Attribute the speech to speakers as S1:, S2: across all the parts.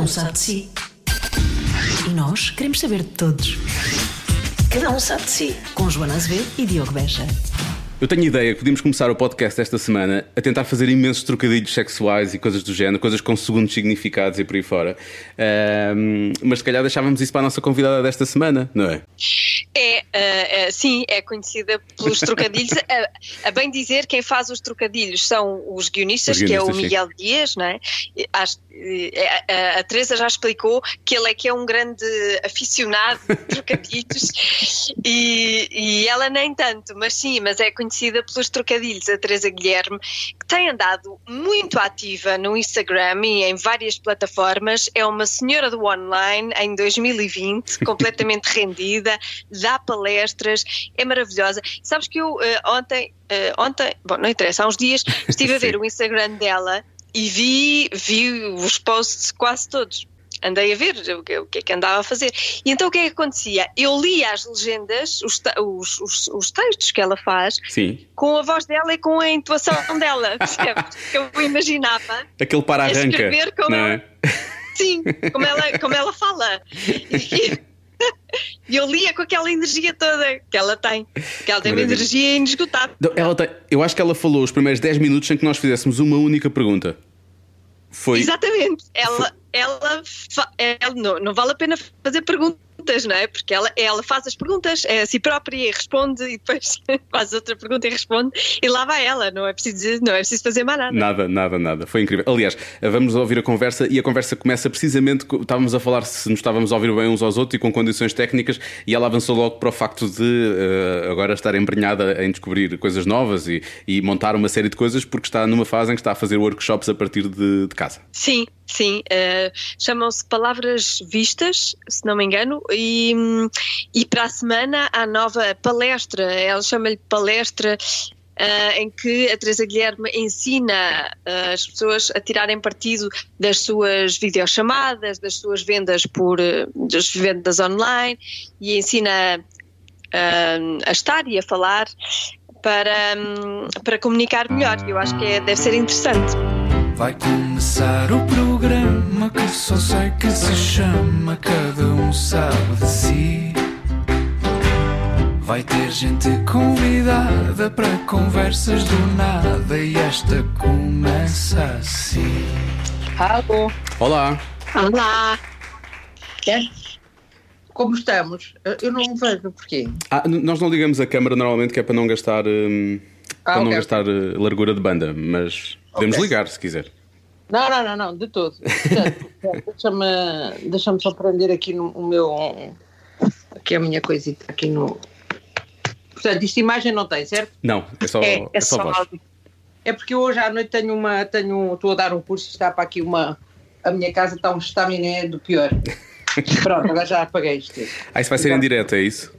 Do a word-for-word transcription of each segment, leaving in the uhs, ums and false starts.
S1: um sabe de si. E nós queremos saber de todos. Cada um sabe de si. Com Joana Azevedo e Diogo Beja.
S2: Eu tenho ideia que podíamos começar o podcast esta semana a tentar fazer imensos trocadilhos sexuais e coisas do género, coisas com segundos significados e por aí fora. Um, mas se calhar deixávamos isso para a nossa convidada desta semana, não é?
S3: É, uh, uh, sim, é conhecida pelos trocadilhos. a, a bem dizer, quem faz os trocadilhos são os guionistas, os guionistas que é o Miguel sim. Dias, não é? Acho, a, a, a Teresa já explicou que ele é que é um grande aficionado de trocadilhos e, e ela nem tanto, mas sim, mas é conhecida pelos trocadilhos, a Teresa Guilherme, que tem andado muito ativa no Instagram e em várias plataformas. É uma senhora do online em dois mil e vinte, completamente rendida, dá palestras, é maravilhosa. Sabes que eu uh, ontem, uh, ontem, bom, não interessa, há uns dias estive a ver o Instagram dela e vi, vi os posts quase todos. Andei a ver o que, o que é que andava a fazer. E então o que é que acontecia? Eu lia as legendas, os, os, os, os textos que ela faz,
S2: sim,
S3: com a voz dela e com a intuação dela, percebes? Que eu imaginava.
S2: Aquele para-arranca,
S3: escrever como
S2: não
S3: ela,
S2: é?
S3: Sim, como ela, como ela fala. E eu lia com aquela energia toda que ela tem, que ela tem uma energia inesgotável.
S2: Ela tem, eu acho que ela falou os primeiros dez minutos sem que nós fizéssemos uma única pergunta. Foi...
S3: Exatamente, ela,
S2: Foi...
S3: ela, ela não, não vale a pena fazer perguntas, não é? Porque ela, ela faz as perguntas, é a si própria e responde e depois faz outra pergunta e responde e lá vai ela, não é preciso, não é preciso fazer mais nada.
S2: Nada, nada, nada, foi incrível. Aliás, vamos ouvir a conversa e a conversa começa precisamente, estávamos a falar se nos estávamos a ouvir bem uns aos outros e com condições técnicas e ela avançou logo para o facto de uh, agora estar embrenhada em descobrir coisas novas e, e montar uma série de coisas porque está numa fase em que está a fazer workshops a partir de, de casa.
S3: Sim, sim, uh, chamam-se Palavras Vistas, se não me engano, e, e para a semana há nova palestra, ela chama-lhe palestra, uh, em que a Teresa Guilherme ensina uh, as pessoas a tirarem partido das suas videochamadas, das suas vendas por uh, das vendas online e ensina uh, a estar e a falar para, um, para comunicar melhor. Eu acho que é, deve ser interessante.
S4: Vai começar o programa que só sei que se chama Cada Um Sabe de Si. Vai ter gente convidada para conversas do nada e esta começa assim.
S5: Alô.
S2: Olá.
S3: Olá.
S5: É? Como estamos? Eu não me vejo porquê.
S2: Ah, nós não ligamos a câmara normalmente que é para não gastar, hum, ah, para okay. não gastar uh, largura de banda, mas... Podemos okay. ligar, se quiser.
S5: Não, não, não, não, de todo. Deixa-me, deixa-me só prender aqui no o meu... Aqui a minha coisita, aqui no... Portanto, isto imagem não tem, certo?
S2: Não, é só,
S5: é, é
S2: é só, só voz.
S5: Áudio. É porque eu hoje à noite tenho uma... Tenho, estou a dar um curso e está para aqui uma... A minha casa está um estaminé do pior. Pronto, agora já apaguei isto.
S2: Ah, isso vai ser em direto, é isso?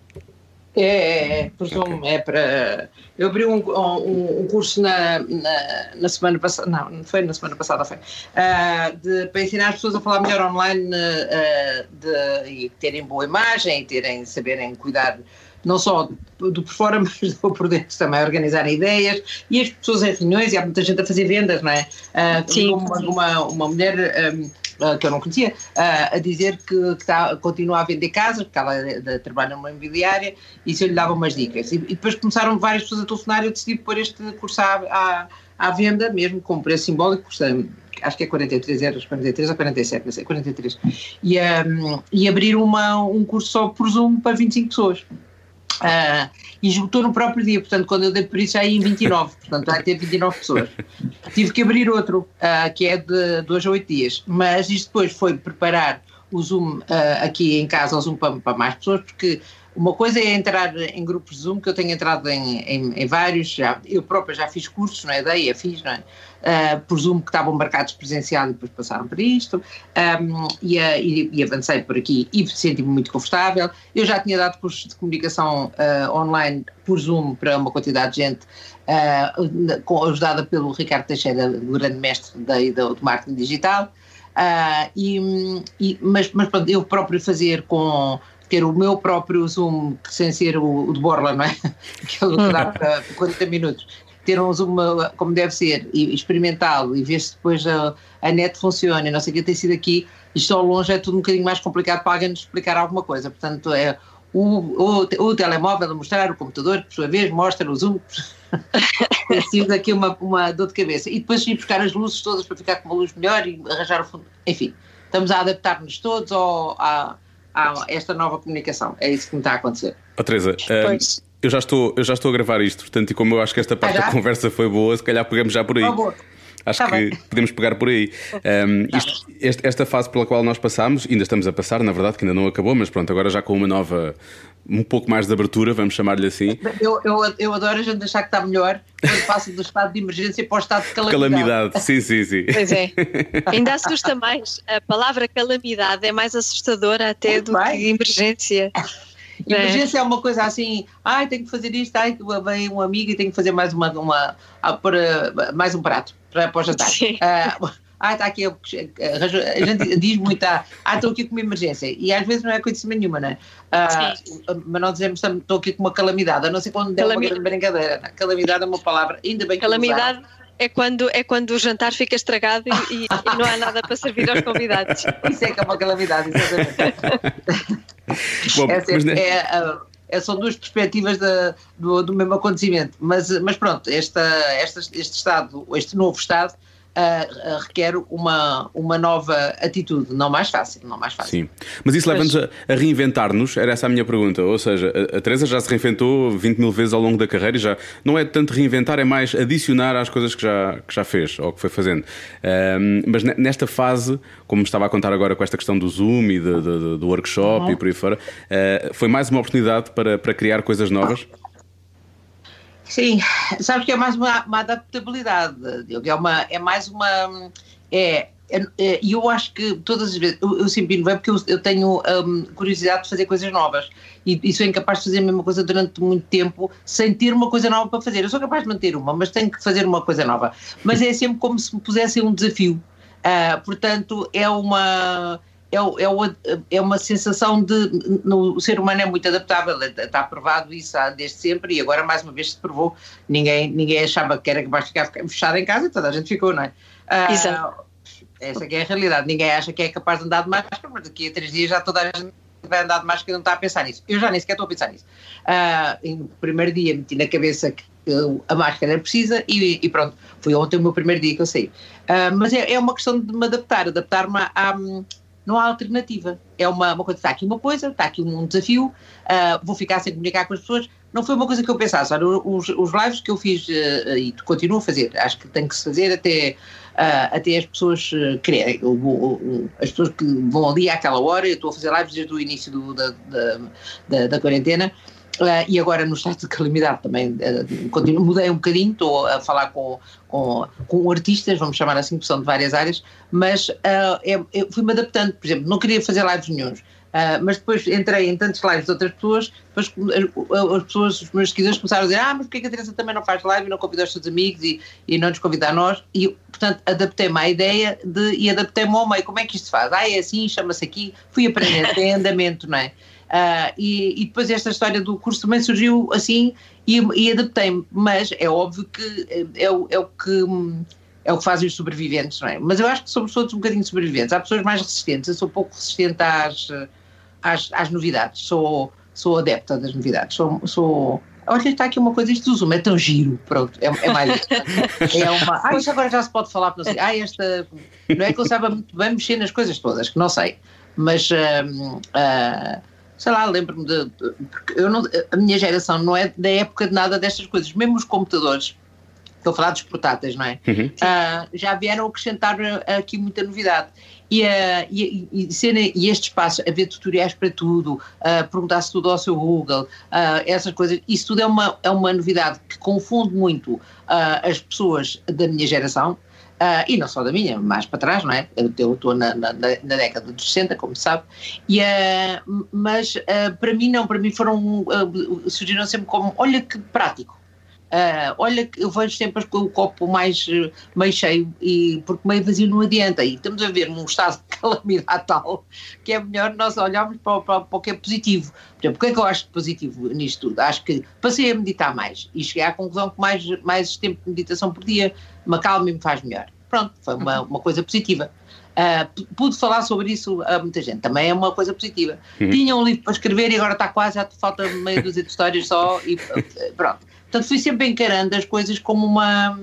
S5: É, é, é, presumo, okay. é para... Eu abri um, um, um curso na, na, na semana passada, não, não foi na semana passada, foi, uh, de, para ensinar as pessoas a falar melhor online uh, de, e terem boa imagem e terem, saberem cuidar não só do, do por fora, mas do por dentro também, organizarem ideias e as pessoas em reuniões, e há muita gente a fazer vendas, não é? Uh, Sim. Uma, uma, uma mulher... Um, Uh, que eu não conhecia, uh, a dizer que, que tá, continua a vender casas, porque ela uh, trabalha numa imobiliária, e se eu lhe dava umas dicas. E, e depois começaram várias pessoas a telefonar e eu decidi pôr este curso à, à, à venda, mesmo com um preço simbólico, custa, acho que é quarenta e três euros, quarenta e três ou quarenta e sete, não sei, quarenta e três. E, um, e abrir uma, um curso só por Zoom para vinte e cinco pessoas. Uh, e esgotou no próprio dia, portanto quando eu dei por isso já ia em vinte e nove, portanto vai ter vinte e nove pessoas. Tive que abrir outro, uh, que é de dois a oito dias, mas isto depois foi preparar o Zoom uh, aqui em casa, o Zoom para, para mais pessoas, porque uma coisa é entrar em grupos de Zoom, que eu tenho entrado em, em, em vários, já, eu própria já fiz cursos, não é? Dei, a fiz, não é? Uh, por Zoom que estavam marcados presencial e depois passaram para isto, um, e, uh, e, e avancei por aqui e senti-me muito confortável. Eu já tinha dado cursos de comunicação uh, online por Zoom para uma quantidade de gente, uh, com, ajudada pelo Ricardo Teixeira, o grande mestre da, da, do marketing digital, uh, e, e, mas, mas pronto, eu próprio fazer com... ter o meu próprio Zoom, sem ser o, o de Borla, não é? Aquele que dá para quarenta minutos. ter um Zoom como deve ser e experimentá-lo e ver se depois a, a net funciona, não sei o que tem sido aqui, isto ao longe é tudo um bocadinho mais complicado para alguém nos explicar alguma coisa, portanto é o, o, o telemóvel a mostrar, o computador que por sua vez mostra o Zoom, tem sido aqui uma, uma dor de cabeça, e depois ir buscar as luzes todas para ficar com uma luz melhor e arranjar o fundo, enfim, estamos a adaptar-nos todos ao, a, a esta nova comunicação, é isso que me está a acontecer.
S2: Oh, Teresa, um, eu, já estou, eu já estou a gravar isto, portanto, e como eu acho que esta parte ah, da conversa foi boa, se calhar pegamos já por aí. Oh, Acho tá que bem. Podemos pegar por aí. Um, tá isto, este, esta fase pela qual nós passámos, ainda estamos a passar, na verdade, que ainda não acabou, mas pronto, agora já com uma nova, um pouco mais de abertura, vamos chamar-lhe assim.
S5: Eu, eu, eu adoro a gente achar que está melhor quando passa do estado de emergência para o estado de calamidade.
S2: Calamidade, sim, sim, sim.
S3: Pois é. Ainda assusta mais. A palavra calamidade é mais assustadora até Muito do bem. que emergência.
S5: Emergência é uma coisa assim, ai, tenho que fazer isto, ai, vem um amigo e tenho que fazer mais, uma, uma, para, mais um prato para, para o jantar. Uh, ah, está aqui, a gente diz muito, ah, estou aqui com uma emergência, e às vezes não é coisa nenhuma, não é? Uh, mas não dizemos, estou aqui com uma calamidade, a não ser quando é uma grande brincadeira. Não, calamidade é uma palavra, ainda bem que
S3: calamidade é quando, é quando o jantar fica estragado e, e, e não há nada para servir aos convidados.
S5: Isso é que é uma calamidade, exatamente. Bom, é, mas, né? é, é, são duas perspectivas da, do, do mesmo acontecimento, mas, mas pronto, esta, esta, este Estado, este novo Estado uh, uh, requer uma, uma nova atitude, não mais fácil, não mais fácil.
S2: Sim, mas isso leva-nos a, a reinventar-nos, era essa a minha pergunta, ou seja, a, a Teresa já se reinventou vinte mil vezes ao longo da carreira e já não é tanto reinventar, é mais adicionar às coisas que já, que já fez, ou que foi fazendo. Um, mas nesta fase, como estava a contar agora com esta questão do Zoom e de, de, do workshop uhum. e por aí fora, uh, foi mais uma oportunidade para, para criar coisas novas?
S5: Sim, sabes que é mais uma, uma adaptabilidade, é, uma, é mais uma... É, E é, eu acho que todas as vezes, eu, eu sempre inovei porque eu, eu tenho um, curiosidade de fazer coisas novas e, e sou incapaz de fazer a mesma coisa durante muito tempo sem ter uma coisa nova para fazer. Eu sou capaz de manter uma, mas tenho que fazer uma coisa nova. Mas é sempre como se me pusessem um desafio. Uh, portanto, é uma... É, é, é uma sensação de... No, o ser humano é muito adaptável, está provado isso desde sempre e agora mais uma vez se provou. Ninguém, ninguém achava que era capaz de ficar fechado em casa e toda a gente ficou, não é? Uh,
S3: Exato.
S5: Essa que é a realidade. Ninguém acha que é capaz de andar de máscara, mas daqui a três dias já toda a gente vai andar de máscara e não está a pensar nisso. Eu já nem sequer estou a pensar nisso. Uh, no primeiro dia meti na cabeça que uh, a máscara era precisa e, e pronto, foi ontem o meu primeiro dia que eu saí. Uh, mas é, é uma questão de me adaptar, adaptar-me a... a não há alternativa. É uma, uma coisa, está aqui uma coisa, está aqui um desafio, uh, vou ficar sem comunicar com as pessoas. Não foi uma coisa que eu pensasse. Olha, os, os lives que eu fiz uh, e continuo a fazer, acho que tem que se fazer até, uh, até as pessoas uh, quererem. Eu, eu, eu, as pessoas que vão ali àquela hora, eu estou a fazer lives desde o início do, da, da, da, da quarentena. Uh, e agora no estado de calamidade também uh, continuo, mudei um bocadinho, estou a falar com, com, com artistas, vamos chamar assim, que são de várias áreas, mas uh, é, eu fui-me adaptando. Por exemplo, não queria fazer lives nenhuns, uh, mas depois entrei em tantos lives de outras pessoas, depois as pessoas, os meus seguidores começaram a dizer, ah, mas porquê que a Teresa também não faz live e não convida os seus amigos e, e não nos convida a nós? E portanto adaptei-me à ideia de, e adaptei-me ao meio, como é que isto se faz? Ah, é assim, chama-se aqui, fui aprendendo, é andamento, não é? Uh, e, e depois esta história do curso também surgiu assim e, e adaptei-me, mas é óbvio que é, o, é, o que é o que fazem os sobreviventes, não é? Mas eu acho que somos todos um bocadinho sobreviventes, há pessoas mais resistentes, eu sou pouco resistente às, às, às novidades, sou, sou adepta das novidades, sou, sou olha, está aqui uma coisa, isto do Zoom é tão giro, pronto, é, é mais é uma, ah, isto agora já se pode falar, não sei, ah, esta, não é que eu saiba muito bem mexer nas coisas todas, que não sei, mas uh, uh, sei lá, lembro-me de, de porque eu não, a minha geração não é da época de nada destas coisas, mesmo os computadores, estou a falar dos portáteis, não é? Uhum. Uh, já vieram acrescentar aqui muita novidade. E, uh, e, e, e este espaço, haver tutoriais para tudo, uh, perguntar-se tudo ao seu Google, uh, essas coisas, isso tudo é uma, é uma novidade que confunde muito uh, as pessoas da minha geração. Uh, e não só da minha, mais para trás, não é? Eu estou na, na, na década dos sessenta, como se sabe, e, uh, mas uh, para mim não, para mim foram, uh, surgiram sempre como, olha que prático, Uh, olha, eu vejo sempre o copo mais meio cheio, e, porque meio vazio não adianta, e estamos a ver num estado de calamidade tal que é melhor nós olharmos para, para, para o que é positivo. Por exemplo, o que é que eu acho positivo nisto tudo? Acho que passei a meditar mais e cheguei à conclusão que mais, mais tempo de meditação por dia me acalma e me faz melhor. Pronto, foi uma, uma coisa positiva. Uh, pude falar sobre isso a muita gente, também é uma coisa positiva. Uhum. Tinha um livro para escrever e agora está quase, já falta meia dúzia de histórias só e pronto. Portanto, fui sempre encarando as coisas como uma,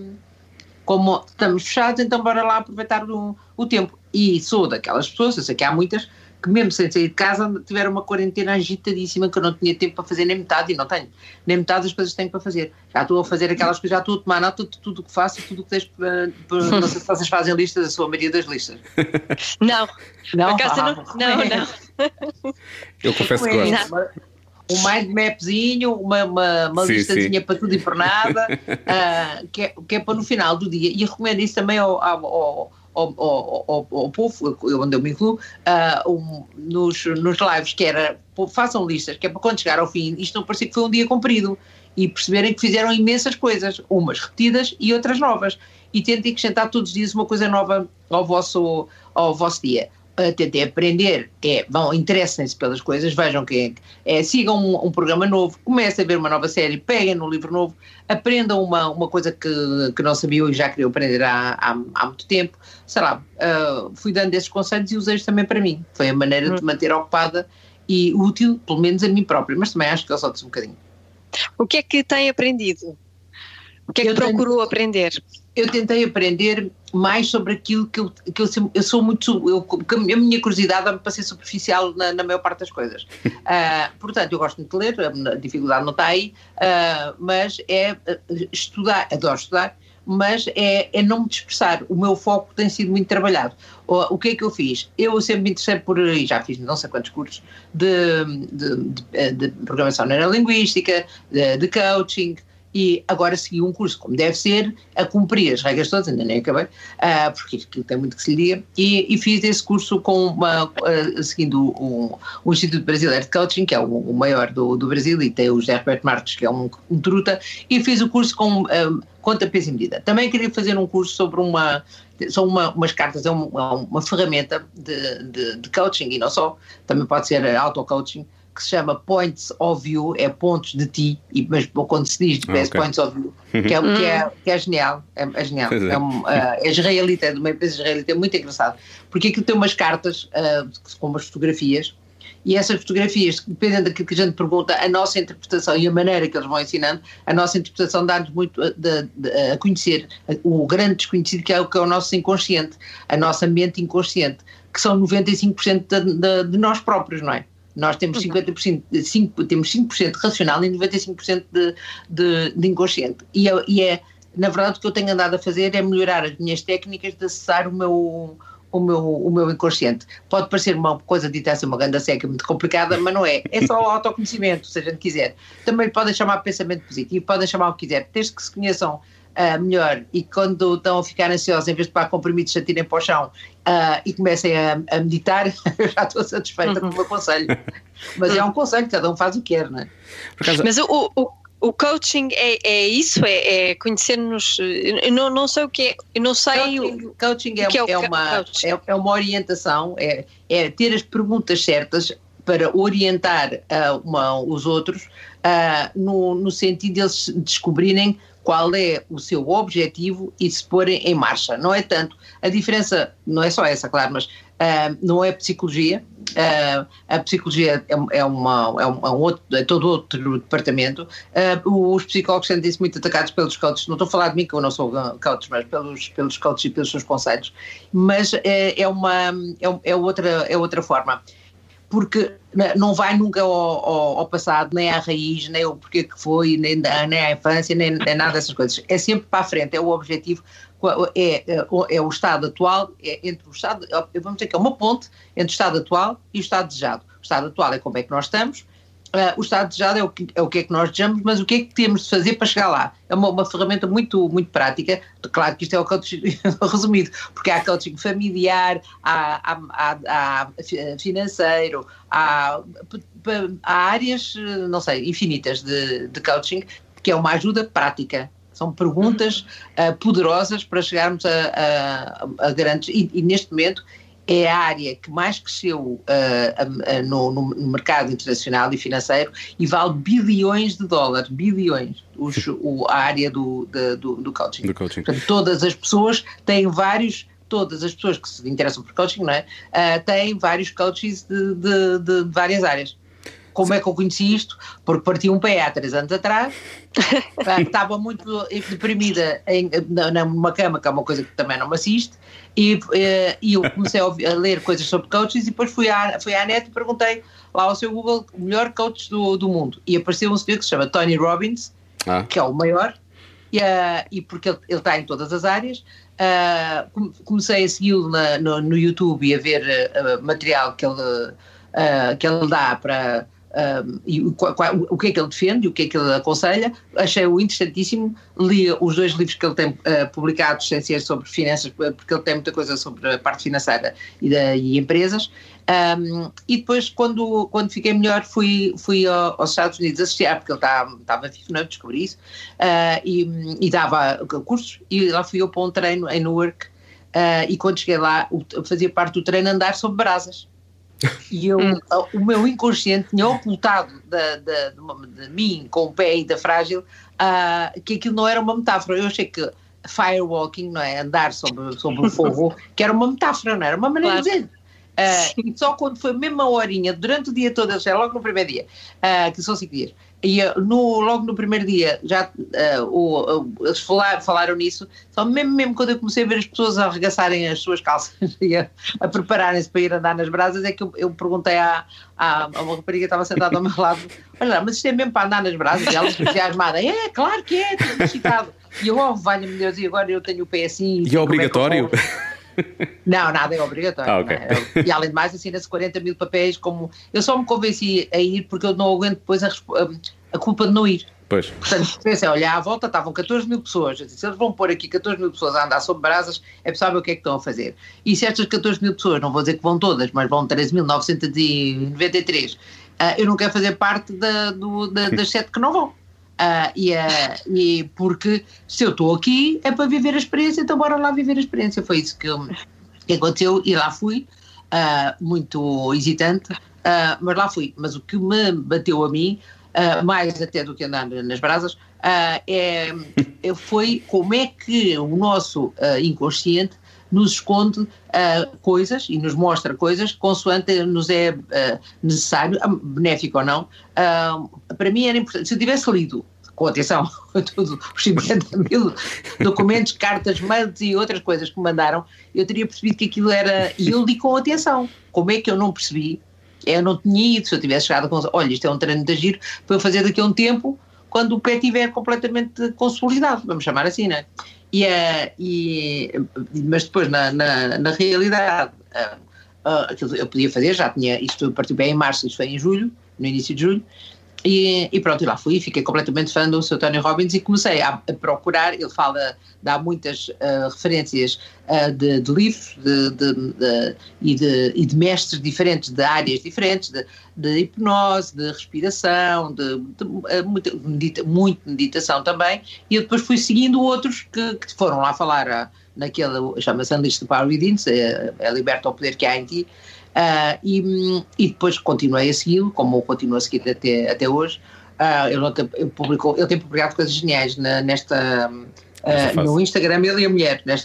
S5: como estamos fechados, então bora lá aproveitar o, o tempo. E sou daquelas pessoas, eu sei que há muitas, que mesmo sem sair de casa tiveram uma quarentena agitadíssima, que eu não tinha tempo para fazer nem metade, e não tenho, nem metade das coisas que tenho para fazer. Já estou a fazer aquelas coisas, já estou a tomar nota de tudo o que faço, tudo o que deixo, não sei se vocês fazem listas, eu sou a maioria das listas.
S3: Não,
S5: não,
S3: por acaso ah, não, não, não.
S2: Eu confesso que gosto.
S5: Um mind mapzinho, uma, uma, uma
S2: sim,
S5: listazinha
S2: sim.
S5: para tudo e por nada, uh, que, é, que é para no final do dia, e eu recomendo isso também ao, ao, ao, ao, ao, ao povo, onde eu me incluo, uh, um, nos, nos lives, que era, façam listas, que é para quando chegar ao fim, isto não parecia que foi um dia comprido, e perceberem que fizeram imensas coisas, umas repetidas e outras novas, e tentem acrescentar todos os dias uma coisa nova ao vosso, ao vosso dia. Uh, tentem aprender, é, vão, interessem-se pelas coisas, vejam quem é, é sigam um, um programa novo, comecem a ver uma nova série, peguem num livro novo, aprendam uma, uma coisa que, que não sabiam e já queriam aprender há, há, há muito tempo, sei lá, uh, fui dando esses conselhos e usei-os também para mim, foi a maneira
S3: uhum.
S5: de manter ocupada e útil, pelo menos a mim própria, mas também acho que eles outros um bocadinho.
S3: O que é que tem aprendido? O que é que eu procurou tenho... aprender?
S5: Eu tentei aprender mais sobre aquilo que eu, que eu, eu sou muito, eu, a minha curiosidade é para ser superficial na, na maior parte das coisas. Uh, portanto, eu gosto muito de ler, a dificuldade não está aí, uh, mas é estudar, adoro estudar, mas é, é não me dispersar. O meu foco tem sido muito trabalhado. O, o que é que eu fiz? Eu sempre me interessei por, e já fiz não sei quantos cursos, de, de, de, de programação neurolinguística, de, de coaching, e agora segui um curso como deve ser, a cumprir as regras todas, ainda nem acabei, uh, porque aquilo tem muito que se lhe diga, e, e fiz esse curso com uma, uh, seguindo o, o Instituto Brasileiro de Coaching, que é o, o maior do, do Brasil, e tem o José Roberto Marques, que é um, um truta, e fiz o curso com um, conta, peso e medida. Também queria fazer um curso sobre uma, são uma, umas cartas, é uma, uma ferramenta de, de, de coaching, e não só, também pode ser auto-coaching, que se chama Points of View, é pontos de ti, e, mas quando se diz de ah, okay. Points of View, que é, que é, que é genial, é, é genial, é, é, um, uh, é israelita, é de uma empresa israelita, é muito engraçado, porque aquilo tem umas cartas uh, com umas fotografias, e essas fotografias, dependendo daquilo que a gente pergunta, a nossa interpretação e a maneira que eles vão ensinando, a nossa interpretação dá-nos muito a, de, de, a conhecer o grande desconhecido que é o, que é o nosso inconsciente, a nossa mente inconsciente, que são noventa e cinco por cento de, de, de nós próprios, não é? Nós temos cinquenta por cento, cinco, temos cinco por cento racional e noventa e cinco por cento de, de, de inconsciente. E é, e é, na verdade, o que eu tenho andado a fazer é melhorar as minhas técnicas de acessar o meu, o meu, o meu inconsciente. Pode parecer uma coisa dita assim, uma ganda seca muito complicada, mas não é. É só o autoconhecimento, se a gente quiser. Também podem chamar pensamento positivo, podem chamar o que quiser, desde que se conheçam Uh, melhor, e quando estão a ficar ansiosos, em vez de tomar comprimidos, se atirem para o chão uh, e comecem a, a meditar, eu já estou satisfeita com o meu conselho. Mas é um conselho, cada um faz o que quer, não é?
S3: Mas o, o, o coaching é, é isso? É, é conhecer-nos? Eu não, não sei o que é, eu não sei
S5: coaching,
S3: o,
S5: coaching é,
S3: o que é, o
S5: é, uma,
S3: coaching.
S5: É, é uma orientação, é, é ter as perguntas certas para orientar uh, uma, os outros uh, no, no sentido de eles descobrirem qual é o seu objetivo e se porem em marcha. Não é tanto, a diferença não é só essa, claro, mas uh, não é psicologia, uh, a psicologia é, é, uma, é, um, é, um outro, é todo outro departamento, uh, os psicólogos sentem-se muito atacados pelos coaches, não estou a falar de mim que eu não sou coach, mas pelos, pelos coaches e pelos seus conselhos, mas é, é, uma, é, é, outra, é outra forma. Porque não vai nunca ao, ao, ao passado, nem à raiz, nem o porquê que foi, nem, nem à infância, nem, nem nada dessas coisas. É sempre para a frente, é o objetivo, é, é, é o estado atual, é entre o estado, vamos dizer que é uma ponte entre o estado atual e o estado desejado. O estado atual é como é que nós estamos, Uh, o estado desejado é o, que, é o que é que nós desejamos, mas o que é que temos de fazer para chegar lá? É uma, uma ferramenta muito, muito prática, claro que isto é o coaching resumido, porque há coaching familiar, há, há, há, há financeiro, há, há áreas, não sei, infinitas de, de coaching, porque é uma ajuda prática. São perguntas uh, poderosas para chegarmos a, a, a grandes... E, e neste momento é a área que mais cresceu uh, a, a, no, no mercado internacional e financeiro e vale bilhões de dólares, bilhões, os, o, a área do, de, do, do coaching.
S2: Do coaching.
S5: Portanto, todas as pessoas têm vários... Todas as pessoas que se interessam por coaching, não é? Uh, têm vários coaches de, de, de várias áreas. Como é que eu conheci isto? Porque parti um pé há três anos atrás, estava muito deprimida em, numa cama, que é uma coisa que também não me assiste, e, e eu comecei a, ouvir, a ler coisas sobre coaches e depois fui à, fui à net e perguntei lá ao seu Google o melhor coach do, do mundo. E apareceu um senhor que se chama Tony Robbins, ah. que é o maior, e, uh, e porque ele, ele está em todas as áreas. Uh, comecei a segui-lo no, no YouTube e a ver uh, material que ele, uh, que ele dá para... Um, e o, qual, o que é que ele defende e o que é que ele aconselha. Achei-o interessantíssimo, li os dois livros que ele tem uh, publicados sem ser sobre finanças, porque ele tem muita coisa sobre a parte financeira e, da, e empresas, um, e depois quando, quando fiquei melhor fui, fui ao, aos Estados Unidos assistir, porque ele estava tá, vivo, não é? Descobri isso, uh, e, e dava cursos, e lá fui eu para um treino em Newark, uh, e quando cheguei lá fazia parte do treino andar sobre brasas. E eu, hum. o meu inconsciente tinha ocultado de, de, de, de mim, com o pé ainda frágil, uh, que aquilo não era uma metáfora. Eu achei que firewalking, não é? Andar sobre, sobre o fogo, que era uma metáfora, não era uma maneira claro. de dizer. Uh, só quando foi mesmo uma horinha, durante o dia todo, já logo no primeiro dia, uh, que são cinco dias, e uh, no, logo no primeiro dia já uh, o, uh, eles falaram, falaram nisso, só mesmo, mesmo quando eu comecei a ver as pessoas a arregaçarem as suas calças e a, a prepararem-se para ir andar nas brasas, é que eu, eu perguntei à, à, à uma rapariga que estava sentada ao meu lado, olha lá, mas isto é mesmo para andar nas brasas? E ela entusiasmada, é, claro que é, estou excitado. E eu, oh, valha-me Deus, e agora eu tenho o pé assim.
S2: E é obrigatório?
S5: Não, nada é obrigatório. Ah, okay. é? E além de mais, assina-se quarenta mil papéis. Como eu só me convenci a ir porque eu não aguento depois a, a culpa de não ir.
S2: Pois.
S5: Portanto, pensei, olha, à volta estavam catorze mil pessoas. Eu disse, se eles vão pôr aqui catorze mil pessoas a andar sobre brasas, é para saber o que é que estão a fazer. E se estas catorze mil pessoas, não vou dizer que vão todas, mas vão treze mil novecentos e noventa e três, uh, eu não quero fazer parte da, do, da, das sete que não vão. Uh, e, uh, e porque se eu estou aqui é para viver a experiência, então bora lá viver a experiência. Foi isso que, que aconteceu e lá fui, uh, muito hesitante, uh, mas lá fui. Mas o que me bateu a mim, uh, mais até do que andar nas brasas, uh, é, foi como é que o nosso uh, inconsciente nos esconde uh, coisas e nos mostra coisas consoante nos é uh, necessário, benéfico ou não. Uh, para mim era importante, se eu tivesse lido com atenção todos os cinquenta mil documentos, cartas, mails e outras coisas que me mandaram, eu teria percebido que aquilo era, e eu li com atenção. Como é que eu não percebi? Eu não tinha ido, se eu tivesse chegado com, olha, isto é um treino de agir para eu fazer daqui a um tempo, quando o pé estiver completamente consolidado, vamos chamar assim, não é? E, uh, e, mas depois, na, na, na realidade, uh, uh, aquilo eu podia fazer, já tinha, isto partiu bem em março, isto foi em julho, no início de julho, e, e pronto, e lá fui, fiquei completamente fã do seu Tony Robbins e comecei a, a procurar, ele fala, dá muitas uh, referências uh, de, de livros de, de, de, e, de, e de mestres diferentes, de áreas diferentes, de, de hipnose, de respiração, de, de, de muita, medita, muito meditação também, e eu depois fui seguindo outros que, que foram lá falar a, naquela, chama-se Unleash the Power Within, é, é liberta o poder que há em ti. Uh, e, e depois continuei a segui-lo, como eu continuo a seguir até, até hoje. Uh, ele, ele, publicou, ele tem publicado coisas geniais na, nesta, uh, no Instagram, ele e a mulher, nesta,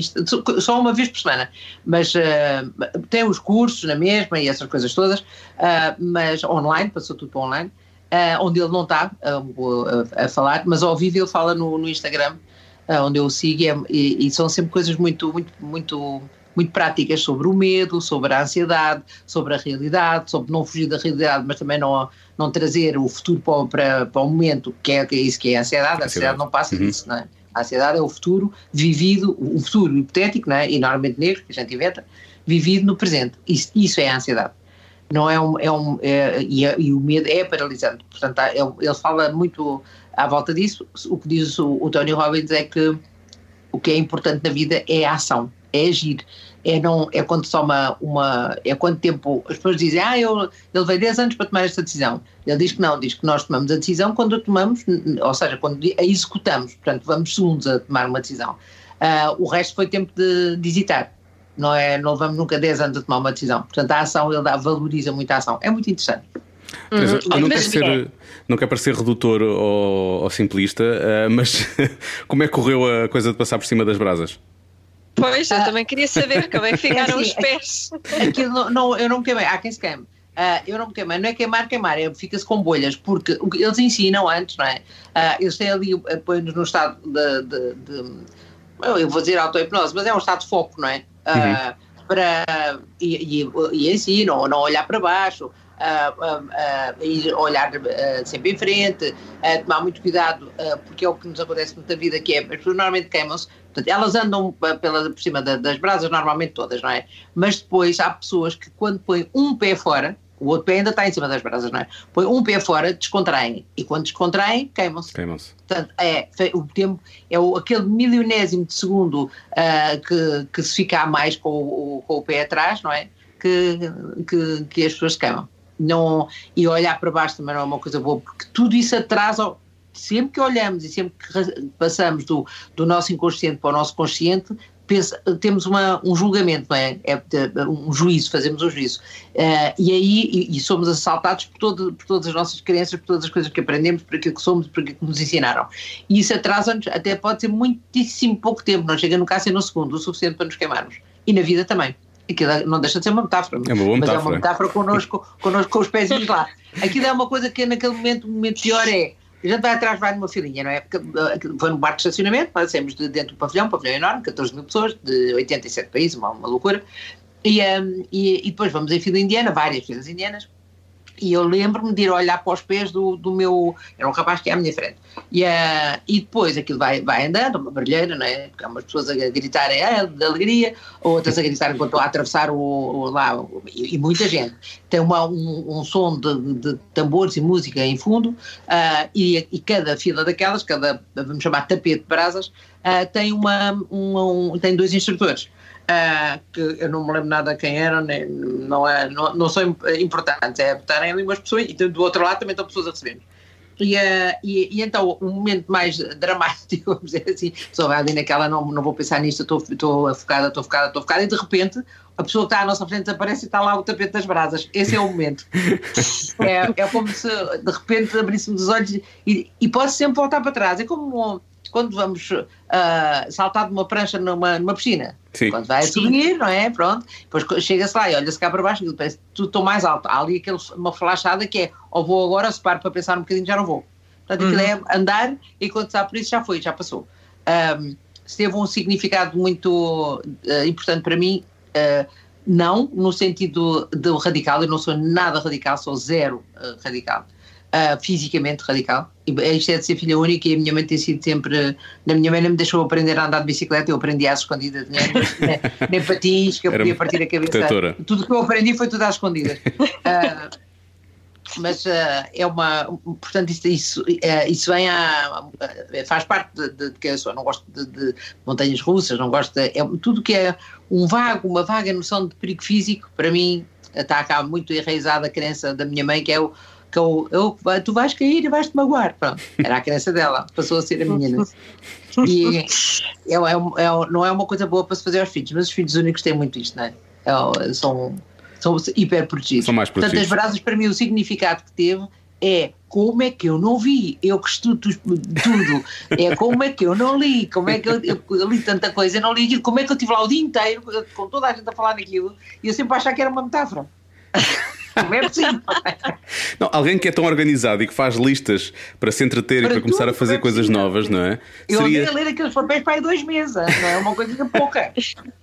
S5: só uma vez por semana, mas uh, tem os cursos na mesma e essas coisas todas, uh, mas online, passou tudo para online, uh, onde ele não está uh, a, a falar, mas ao vivo ele fala no, no Instagram, uh, onde eu o sigo, e, e, e são sempre coisas muito, muito, muito muito práticas sobre o medo, sobre a ansiedade, sobre a realidade, sobre não fugir da realidade, mas também não, não trazer o futuro para, para, para o momento, que é, que é isso que é a ansiedade. A ansiedade não passa uhum. disso, não é? A ansiedade é o futuro vivido, o futuro hipotético, não é? E normalmente negro, que a gente inventa, vivido no presente. Isso, isso é a ansiedade. Não é um, é um, é, e, é, e o medo é paralisante. Portanto, é, ele fala muito à volta disso. O que diz o, o Tony Robbins é que o que é importante na vida é a ação. é agir. É, não, é quando toma uma. É quanto tempo. As pessoas dizem, ah, eu, eu levei dez anos para tomar esta decisão. Ele diz que não, diz que nós tomamos a decisão quando a tomamos, ou seja, quando a executamos. Portanto, vamos segundos a tomar uma decisão. Uh, o resto foi tempo de, de hesitar. Não, é, não levamos nunca dez anos a tomar uma decisão. Portanto, a ação, ele dá, valoriza muito a ação. É muito interessante.
S2: Teresa, eu não quero, ser, não quero parecer redutor ou, ou simplista, uh, mas como é que correu a coisa de passar por cima das brasas?
S3: Pois, eu ah, também queria saber como é que ficaram é assim, os pés.
S5: Aquilo não, não, eu não me queimei, há quem se queime. Uh, eu não me queimei, não é queimar, queimar, é, fica-se com bolhas, porque o que eles ensinam antes, não é? Uh, eles têm ali, põem-nos no estado de, de, de, eu vou dizer auto-hipnose, mas é um estado de foco, não é? Uh, uhum. para, e, e, e ensinam, não olhar para baixo. Uh, uh, uh, ir olhar uh, sempre em frente, uh, tomar muito cuidado, uh, porque é o que nos acontece muito na vida, que é, as pessoas normalmente queimam-se, portanto, elas andam pela, por cima da, das brasas normalmente todas, não é? Mas depois há pessoas que quando põem um pé fora, o outro pé ainda está em cima das brasas, não é? Põem um pé fora, descontraem, e quando descontraem, queimam-se.
S2: Queimam-se.
S5: Portanto, é, o tempo, é o, aquele milionésimo de segundo uh, que, que se fica a mais com o, com o pé atrás, não é? Que, que, que as pessoas queimam. Não, e olhar para baixo também não é uma coisa boa, porque tudo isso atrasa, sempre que olhamos e sempre que passamos do, do nosso inconsciente para o nosso consciente, pensa, temos uma, um julgamento, não é? É um juízo, fazemos um juízo. Uh, e aí e, e somos assaltados por, todo, por todas as nossas crenças, por todas as coisas que aprendemos, por aquilo que somos, por aquilo que nos ensinaram. E isso atrasa-nos, até pode ser muitíssimo pouco tempo, não chega nunca a ser no segundo, o suficiente para nos queimarmos. E na vida também. Aquilo não deixa de ser uma metáfora,
S2: é uma boa
S5: mas
S2: metáfora.
S5: É uma metáfora connosco, connosco com os pezinhos lá. Aquilo é uma coisa que naquele momento, o momento pior é, a gente vai atrás, vai numa filinha, não é? Porque foi num bar de estacionamento, passamos de dentro do pavilhão, um pavilhão enorme, catorze mil pessoas, de oitenta e sete países, uma, uma loucura, e, um, e, e depois vamos em fila indiana, várias filas indianas, e eu lembro-me de ir olhar para os pés do, do meu, era um rapaz que é à minha frente, e, uh, e depois aquilo vai, vai andando, uma barulheira, não é? Porque há umas pessoas a gritarem ah, de alegria, outras a gritar enquanto estão a atravessar o, o, lá, o, e, e muita gente. Tem uma, um, um som de, de tambores e música em fundo, uh, e, e cada fila daquelas, cada, vamos chamar tapete de brasas, uh, tem, uma, uma, um, tem dois instrutores. Uh, que eu não me lembro nada quem eram, nem, não, é, não, não são importantes, é estarem ali umas pessoas e do outro lado também estão pessoas a receber. E, uh, e, e então o momento mais dramático, vamos dizer assim, a pessoa vai ali naquela, não, não vou pensar nisto, estou, estou focada, estou focada, estou focada, e de repente a pessoa que está à nossa frente desaparece e está lá o tapete das brasas. Esse é o momento. é, é como se de repente abríssemos os olhos e, e pode sempre voltar para trás. É como quando vamos uh, saltar de uma prancha numa, numa piscina. Sim. Quando vai a subir, não é? Pronto. Depois chega-se lá e olha-se cá para baixo e parece que tudo estou mais alto. Há ali aquele, uma flashada que é ou vou agora ou se paro para pensar um bocadinho já não vou. Portanto, aquilo uhum. é andar e quando está por isso já foi, já passou. Um, se teve um significado muito uh, importante para mim, uh, não no sentido de radical, eu não sou nada radical, sou zero uh, radical. Uh, fisicamente radical. E, isto é de ser filha única e a minha mãe tem sido sempre. Na minha mãe não me deixou aprender a andar de bicicleta, eu aprendi às escondidas, nem, nem, nem patins, que eu podia partir a cabeça.
S2: Protetora.
S5: Tudo que eu aprendi foi tudo às escondidas. Uh, mas uh, é uma. Portanto, isso, isso, uh, isso vem a. Uh, faz parte de, de, de que eu sou. Não gosto de, de montanhas russas, não gosto de. É, tudo que é um vago, uma vaga noção de perigo físico, para mim, está cá muito enraizada a crença da minha mãe, que é o. Que eu, eu, tu vais cair e vais-te magoar. Pronto, era a crença dela, passou a ser a minha. E é, é, é, não é uma coisa boa para se fazer aos filhos, mas os filhos únicos têm muito isto, não é? é são, são hiper protegidos.
S2: São mais protegidos.
S5: Portanto, as brasas, para mim, o significado que teve é como é que eu não vi, eu que estudo tudo, é como é que eu não li, como é que eu, eu, eu li tanta coisa, eu não li aquilo, como é que eu estive lá o dia inteiro com toda a gente a falar naquilo e eu sempre achava que era uma metáfora. Como é possível?
S2: Não, alguém que é tão organizado e que faz listas para se entreter para e para começar a fazer coisas novas, não é?
S5: Eu Seria... andei a ler aqueles papéis para aí dois meses, não é uma coisa pouca.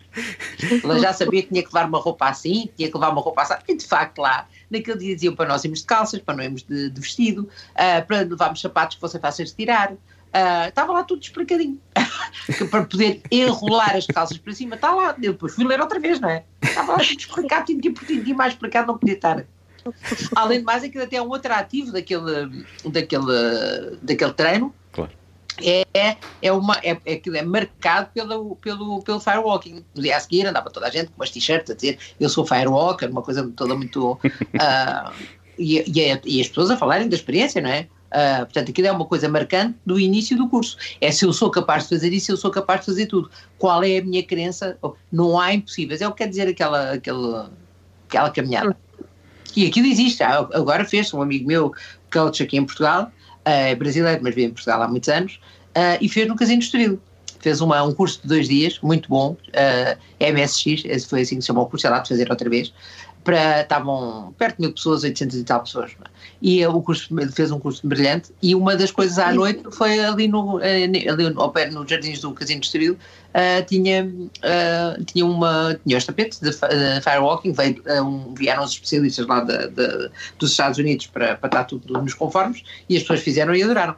S5: Ela já sabia que tinha que levar uma roupa assim, tinha que levar uma roupa assim, e de facto lá, naquele dia diziam para nós irmos de calças, para não irmos de, de vestido, uh, para levarmos sapatos que fossem fáceis de tirar. Uh, estava lá tudo explicadinho para poder enrolar as calças para cima, está lá, eu depois fui ler outra vez, não é? Estava lá tudo explicado, tinha por tinha mais explicado, não podia estar. Além de mais, aquilo até é um atrativo daquele, daquele, daquele treino,
S2: claro.
S5: É, é, uma, é, é, é marcado pelo, pelo, pelo firewalking. No dia a seguir andava toda a gente com umas t-shirts a dizer eu sou firewalker, uma coisa toda muito... Uh, e, e, e as pessoas a falarem da experiência, não é? Uh, portanto, aquilo é uma coisa marcante do início do curso. É se eu sou capaz de fazer isso, eu sou capaz de fazer tudo. Qual é a minha crença? Oh, não há impossíveis. É o que quer dizer aquela, aquela, aquela caminhada. E aquilo existe. Agora fez um amigo meu, coach aqui em Portugal, é uh, brasileiro, mas vive em Portugal há muitos anos, uh, e fez no Casino Estoril. Fez uma, um curso de dois dias, muito bom, uh, M S X, esse foi assim que se chamou o curso, é lá de fazer outra vez, para, estavam perto de mil pessoas, oitocentas e tal pessoas, e uh, o curso, fez um curso brilhante, e uma das coisas à noite foi ali no, uh, ali no, no Jardins do Casino Estoril, uh, tinha, uh, tinha, uma, tinha os tapetes de uh, firewalking, veio, uh, um, vieram os especialistas lá de, de, dos Estados Unidos para, para estar tudo nos conformes, e as pessoas fizeram e adoraram.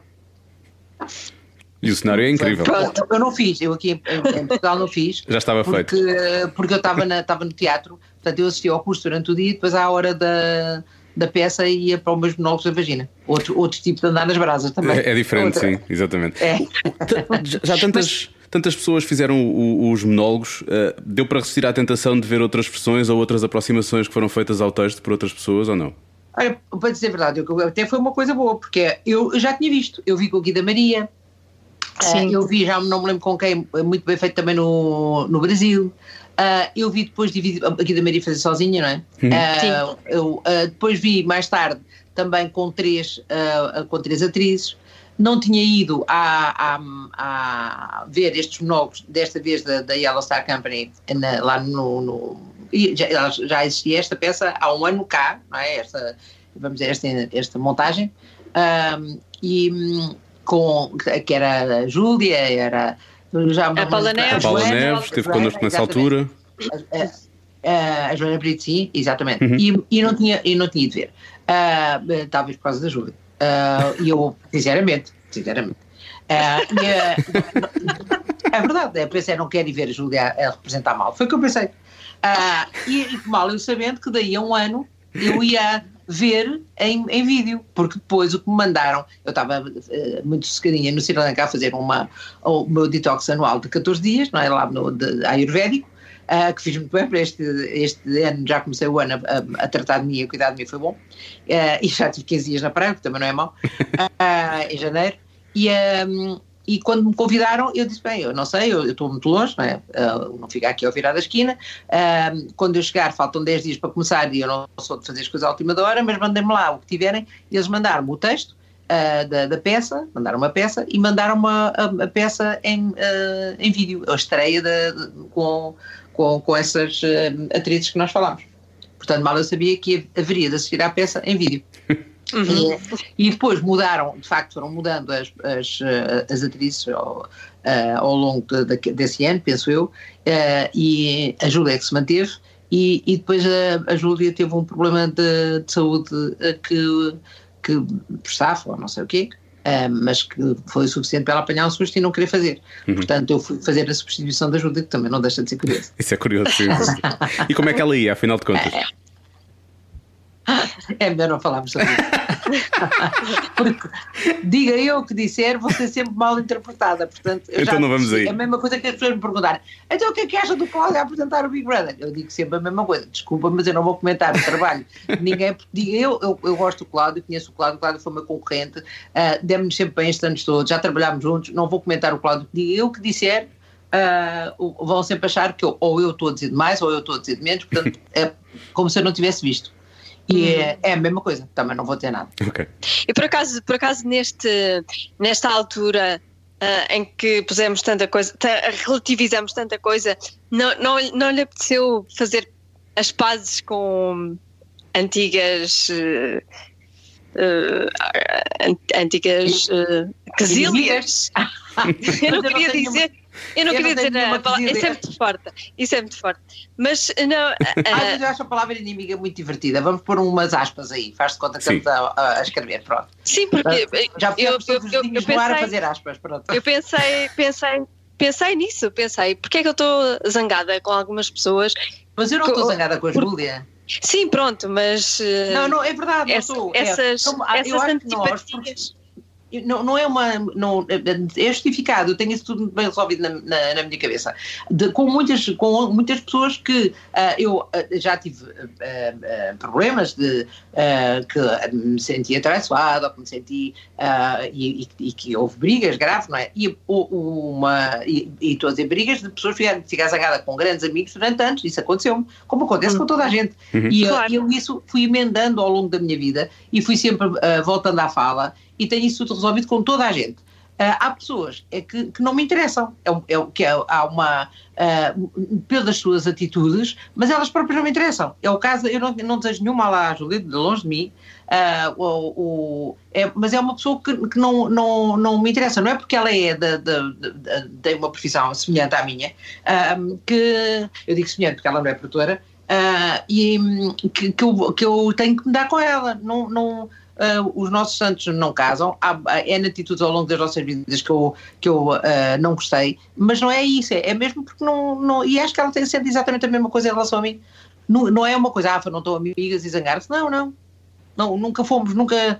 S2: E o cenário é incrível.
S5: Eu, eu não fiz, eu aqui em, em Portugal não fiz. Já estava
S2: porque,
S5: feito. Porque eu estava, na, estava no teatro, portanto eu assisti ao curso durante o dia e depois à hora da, da peça ia para os meus monólogos da vagina. Outro, outro tipo de andar nas brasas também.
S2: É, é diferente, outra. Sim, exatamente. É. Já tantas, Mas, tantas pessoas fizeram o, os monólogos, uh, deu para resistir à tentação de ver outras versões ou outras aproximações que foram feitas ao texto por outras pessoas ou não?
S5: Olha, para dizer a verdade, eu, até foi uma coisa boa, porque eu, eu já tinha visto, eu vi com o Guida Maria. Uh, eu vi, já não me lembro com quem, muito bem feito também no, no Brasil. Uh, eu vi depois de aqui da Maria fazer sozinha, não é? Uh, eu uh, depois vi mais tarde também com três, uh, com três atrizes. Não tinha ido a, a, a ver estes monólogos, desta vez da, da Yellow Star Company, na, lá no. no já, já existia esta peça há um ano cá, não é? Esta, vamos dizer, esta, esta montagem. Uh, e. Com, que era a Júlia, era já
S3: a Paula Neves,
S2: a Paula Neves esteve connosco nessa altura.
S5: A, a, a Joana Brito, sim, exatamente. Uhum. E, e, não tinha, e não tinha de ver. Uh, talvez por causa da Júlia. Uh, e eu, sinceramente, sinceramente. Uh, e, uh, é verdade, eu pensei, não quero ir ver a Júlia a, a representar mal. Foi o que eu pensei. Uh, e, e mal eu sabendo que daí a um ano eu ia ver em, em vídeo, porque depois o que me mandaram, eu estava uh, muito sossegadinha no Sri Lanka a fazer uma, o meu detox anual de catorze dias, não é, lá no de, ayurvédico, uh, que fiz muito bem para este, este ano, já comecei o ano a, a, a tratar de mim, a cuidar de mim, foi bom, uh, e já tive quinze dias na praia, que também não é mau, uh, em janeiro, e um, E quando me convidaram, eu disse, bem, eu não sei, eu estou muito longe, não é? Uh, não fico aqui ao virar da esquina. Uh, quando eu chegar, faltam dez dias para começar e eu não sou de fazer as coisas à última da hora, mas mandem-me lá o que tiverem. E eles mandaram-me o texto uh, da, da peça, mandaram uma peça e mandaram uma a, a peça em, uh, em vídeo, a estreia de, de, com, com, com essas uh, atrizes que nós falámos. Portanto, mal eu sabia que haveria de assistir à peça em vídeo. Uhum. E, e depois mudaram, de facto foram mudando as, as, as atrizes ao, uh, ao longo de, de, desse ano, penso eu, uh, e a Júlia é que se manteve e, e depois a, a Júlia teve um problema de, de saúde uh, que, que estava, ou não sei o quê, uh, mas que foi suficiente para ela apanhar um susto e não querer fazer. Uhum. Portanto eu fui fazer a substituição da Júlia, que também não deixa de ser curioso.
S2: Isso é curioso, sim. E como é que ela ia, afinal de contas?
S5: É. É melhor não falarmos sobre isso. Porque, diga eu o que disser, vou ser sempre mal interpretada. Portanto, eu
S2: então
S5: já,
S2: não vamos aí.
S5: É a mesma coisa que as pessoas me perguntarem. Então o que é que acha do Cláudio a apresentar o Big Brother? Eu digo sempre a mesma coisa. Desculpa, mas eu não vou comentar o trabalho de ninguém. Diga eu, eu, eu gosto do Cláudio, conheço o Cláudio, o Cláudio foi meu concorrente, uh, demos-nos sempre bem estes anos todos, já trabalhámos juntos, não vou comentar o Cláudio. Diga eu o que disser. Uh, vão sempre achar que eu, ou eu estou a dizer de mais ou eu estou a dizer de menos, portanto é como se eu não tivesse visto. E é, é a mesma coisa, também não vou ter nada.
S2: Okay.
S3: E por acaso, por acaso neste, nesta altura uh, em que pusemos tanta coisa, relativizamos tanta coisa, não, não, não lhe apeteceu fazer as pazes com antigas uh, uh, antigas uh, quesílias? Eu não queria dizer... Eu não eu queria não dizer a palavra, isso é muito forte, isso é muito forte, mas não... Uh,
S5: ah, eu acho a palavra inimiga muito divertida, vamos pôr umas aspas aí, faz-te conta que estamos a, a escrever, pronto.
S3: Sim, porque
S5: já
S3: eu, eu, eu, eu pensei,
S5: a fazer aspas, pronto.
S3: Eu pensei, pensei, pensei nisso, pensei, porque é que eu estou zangada com algumas pessoas?
S5: Mas eu não estou zangada com a Júlia.
S3: Sim, pronto, mas...
S5: Não, não, é verdade, não
S3: essa,
S5: estou.
S3: Essas,
S5: é,
S3: essas
S5: eu acho
S3: antipatias...
S5: não, não é uma, não, é justificado, eu tenho isso tudo bem resolvido na, na, na minha cabeça, de, com, muitas, com muitas pessoas que uh, eu uh, já tive uh, uh, problemas de uh, que me senti atraiçoado, ou que me senti, uh, e, e, e que houve brigas graves, não é? E, uma, e, e estou a dizer brigas de pessoas que ficar zangada com grandes amigos durante anos, isso aconteceu-me, como acontece com toda a gente, uhum. e claro. eu, eu isso fui emendando ao longo da minha vida, e fui sempre uh, voltando à fala, e tenho isso tudo resolvido com toda a gente. Uh, há pessoas é que, que não me interessam, é, é, que é, há uma uh, pelas suas atitudes, mas elas próprias não me interessam. É o caso, eu não, não desejo nenhuma lá à Júlia, de longe de mim, uh, o, o, é, mas é uma pessoa que, que não, não, não me interessa, não é porque ela é de, de, de, de, de uma profissão semelhante à minha, uh, que eu digo semelhante porque ela não é produtora, uh, e que, que, eu, que eu tenho que me dar com ela, não... não Uh, os nossos santos não casam, há, é na atitudes ao longo das nossas vidas que eu, que eu uh, não gostei, mas não é isso, é, é mesmo porque não, não, e acho que ela tem, sente exatamente a mesma coisa em relação a mim, não, não é uma coisa, ah, não estão amigas e zangar-se, não, não, não, nunca fomos, nunca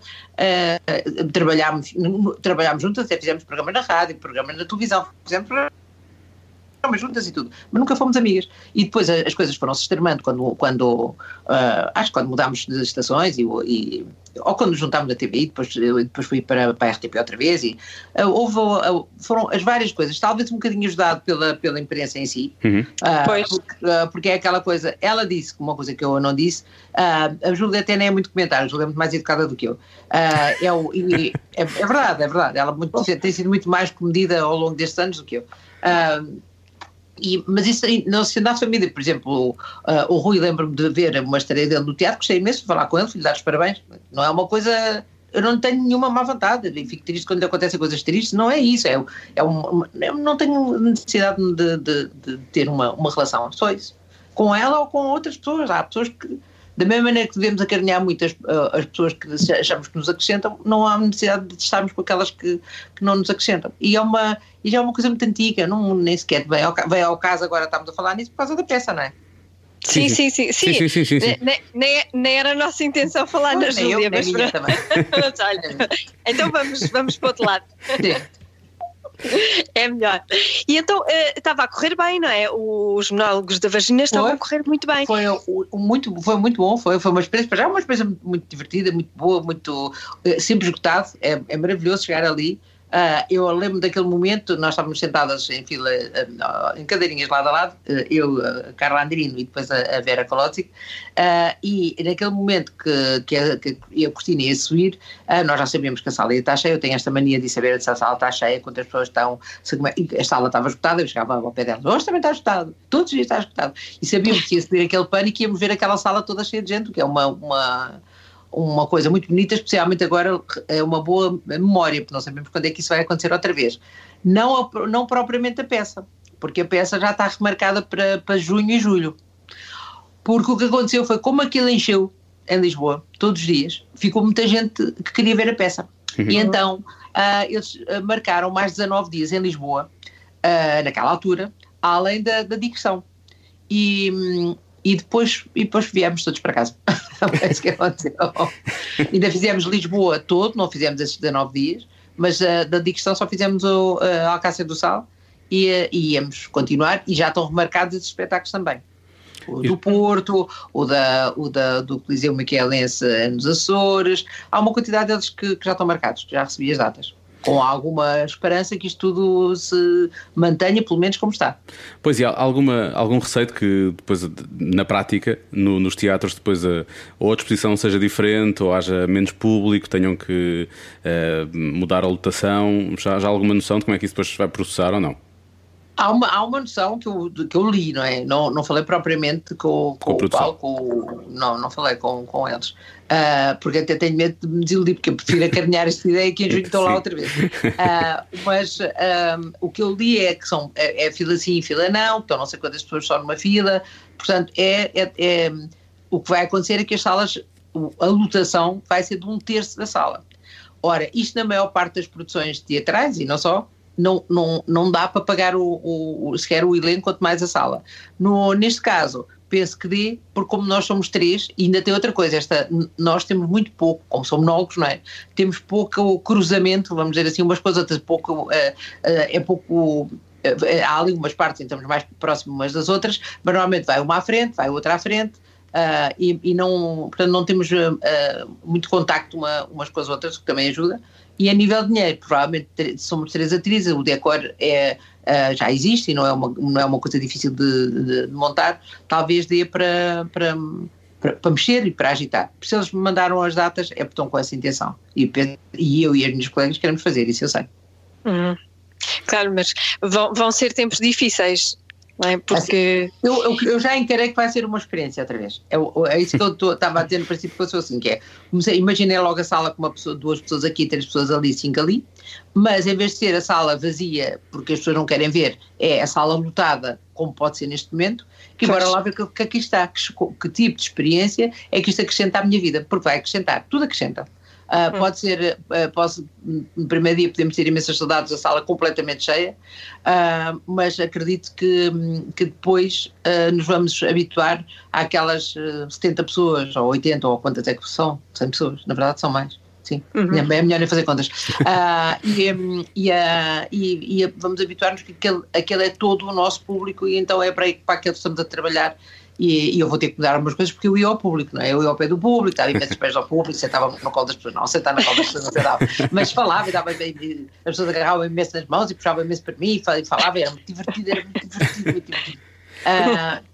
S5: uh, trabalhámos, trabalhámos juntas, até fizemos programas na rádio, programas na televisão, fizemos programas juntas e tudo, mas nunca fomos amigas. E depois as coisas foram se extremando quando, quando uh, acho que quando mudámos de estações e, e, ou quando nos juntámos da T V I, depois, depois fui para, para a R T P outra vez e uh, houve, uh, foram as várias coisas, talvez um bocadinho ajudado pela, pela imprensa em si, uhum. uh, pois. Porque, uh, porque é aquela coisa, ela disse uma coisa que eu não disse, uh, a Júlia até nem é muito comentário, a Júlia é muito mais educada do que eu. Uh, é, o, e, é, é verdade, é verdade, ela muito, tem sido muito mais comedida ao longo destes anos do que eu. Uh, E, mas isso na sociedade de família, por exemplo, o, uh, o Rui, lembro-me de ver uma estreia dele no teatro, gostei imenso de falar com ele, lhe dar os parabéns, não é uma coisa, eu não tenho nenhuma má vontade, e fico triste quando lhe acontecem coisas tristes, não é isso, é, é uma, eu não tenho necessidade de, de, de ter uma, uma relação, só isso, com ela ou com outras pessoas, há pessoas que, da mesma maneira que devemos acarinhar muito as, uh, as pessoas que achamos que nos acrescentam, não há necessidade de estarmos com aquelas que, que não nos acrescentam. E é uma, e já é uma coisa muito antiga, não, nem sequer vem ao, vem ao caso, agora estamos a falar nisso por causa da peça, não é?
S3: Sim, sim, sim. sim. sim, sim, sim, sim. Nem, nem, nem era a nossa intenção falar na Júlia, mas para... também. Então vamos, vamos para o outro lado. Sim. É melhor. E então uh, estava a correr bem, não é? Os monólogos da vagina estavam foi, a correr muito bem.
S5: Foi, o, o, muito, foi muito bom, foi, foi uma experiência, para já uma experiência muito, muito divertida, muito boa, muito uh, sempre esgotado, é, é maravilhoso chegar ali. Uh, eu lembro daquele momento, nós estávamos sentadas em fila, uh, em cadeirinhas lado a lado, uh, eu, uh, Carla Andrino e depois a, a Vera Kolodzik, uh, e naquele momento que, que, a, que a cortina ia subir, uh, nós já sabíamos que a sala ia estar cheia, eu tenho esta mania de saber se a sala está cheia, quantas pessoas estão, se, a sala estava esgotada, eu chegava ao pé delas, hoje também está esgotado, todos os dias está esgotado, e sabíamos que ia subir aquele pânico e íamos ver aquela sala toda cheia de gente, que é uma... uma uma coisa muito bonita, especialmente agora é uma boa memória, porque não sabemos quando é que isso vai acontecer outra vez. Não, não propriamente a peça, porque a peça já está remarcada para, para junho e julho. Porque o que aconteceu foi, como aquilo encheu em Lisboa, todos os dias, ficou muita gente que queria ver a peça. Uhum. E então uh, eles marcaram mais dezenove dias em Lisboa, uh, naquela altura, além da, da digressão. E... E depois, e depois viemos todos para casa. É isso que aconteceu. Ainda fizemos Lisboa todo, não fizemos esses dezenove dias, mas uh, da digressão só fizemos o uh, Alcácer do Sal e, uh, e íamos continuar, e já estão remarcados esses espetáculos também. O do Porto, o, da, o da, do Coliseu Miquelense nos Açores, há uma quantidade deles que, que já estão marcados, já recebi as datas. Com alguma esperança que isto tudo se mantenha, pelo menos como está.
S2: Pois, e há alguma, algum receio de que depois, na prática, no, nos teatros, depois a, ou a disposição seja diferente, ou haja menos público, tenham que uh, mudar a lotação? Já, já há alguma noção de como é que isso depois vai processar ou não?
S5: Há uma, há uma noção que eu, que eu li, não é? Não, não falei propriamente com, com, com o Paulo, com, não, não falei com, com eles, uh, porque até tenho medo de me desiludir, porque eu prefiro acarinhar esta ideia que em junho estou lá outra vez. Uh, mas um, o que eu li é que são, é, é fila sim e fila não, estão não sei quantas pessoas só numa fila, portanto, é, é, é, o que vai acontecer é que as salas, a lotação vai ser de um terço da sala. Ora, isto na maior parte das produções teatrais, e não só, Não, não, não dá para pagar o, o, sequer o elenco, quanto mais a sala. No, neste caso, penso que dê, porque como nós somos três, e ainda tem outra coisa, esta, nós temos muito pouco, como somos monólogos, não é? Temos pouco cruzamento, vamos dizer assim, umas com as outras, pouco, uh, uh, é pouco... Há ali umas partes em que estamos mais próximos umas das outras, mas normalmente vai uma à frente, vai outra à frente, uh, e, e não, portanto não temos uh, muito contacto uma, umas com as outras, o que também ajuda. E a nível de dinheiro, provavelmente somos três atrizes, o decor é, uh, já existe e não é uma, não é uma coisa difícil de, de, de montar, talvez dê para, para, para, para mexer e para agitar. Se eles me mandaram as datas é porque estão com essa intenção, e, e eu e as minhas colegas queremos fazer, isso eu sei.
S3: Uhum. Claro, mas vão, vão ser tempos difíceis, não é? Porque...
S5: Assim, eu, eu, eu já encarei que vai ser uma experiência outra vez. É, é isso que eu estava a dizer no princípio, que eu sou assim, que é, comecei, imaginei logo a sala com uma pessoa, duas pessoas aqui, três pessoas ali, cinco ali, mas em vez de ser a sala vazia, porque as pessoas não querem ver, é a sala lotada, como pode ser neste momento, que bora lá ver o que, que aqui está, que, que tipo de experiência é que isto acrescenta à minha vida, porque vai acrescentar, tudo acrescenta. Uh, hum. Pode ser, uh, posso, no primeiro dia podemos ter imensas saudades, a sala completamente cheia, uh, mas acredito que, que depois uh, nos vamos habituar àquelas uh, setenta pessoas, ou oitenta, ou quantas é que são, cem pessoas, na verdade são mais, sim, uhum. é melhor nem fazer contas, uh, e, e, uh, e, e vamos habituar-nos que aquele, aquele é todo o nosso público, e então é para, para aquele que estamos a trabalhar. E, e eu vou ter que mudar algumas coisas porque eu ia ao público, não é? Eu ia ao pé do público, estava imensos pés ao público, sentava no colo das pessoas, não, sentar na colo das pessoas não sentava, mas falava e dava, as pessoas agarravam imenso nas mãos e puxavam imenso para mim e falava, era muito divertido, era muito divertido, muito divertido. Uh,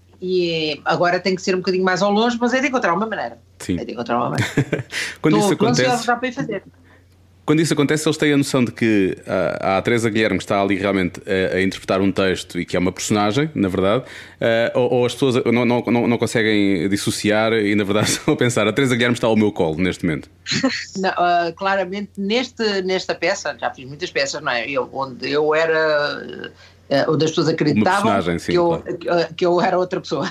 S5: e agora tem que ser um bocadinho mais ao longe, mas é de encontrar uma maneira.
S2: Sim.
S5: É de encontrar uma maneira.
S2: Quando
S5: Estou,
S2: isso acontece...
S5: já para ir fazer.
S2: Quando isso acontece, eles têm a noção de que a, a Teresa Guilherme está ali realmente a, a interpretar um texto e que é uma personagem, na verdade, uh, ou, ou as pessoas não, não, não, não conseguem dissociar e, na verdade, estão a pensar: a Teresa Guilherme está ao meu colo neste momento.
S5: Não, uh, claramente, neste, nesta peça, já fiz muitas peças, não é? Eu, onde eu era. Uh, onde as pessoas acreditavam sim, que, eu, claro. que eu era outra pessoa,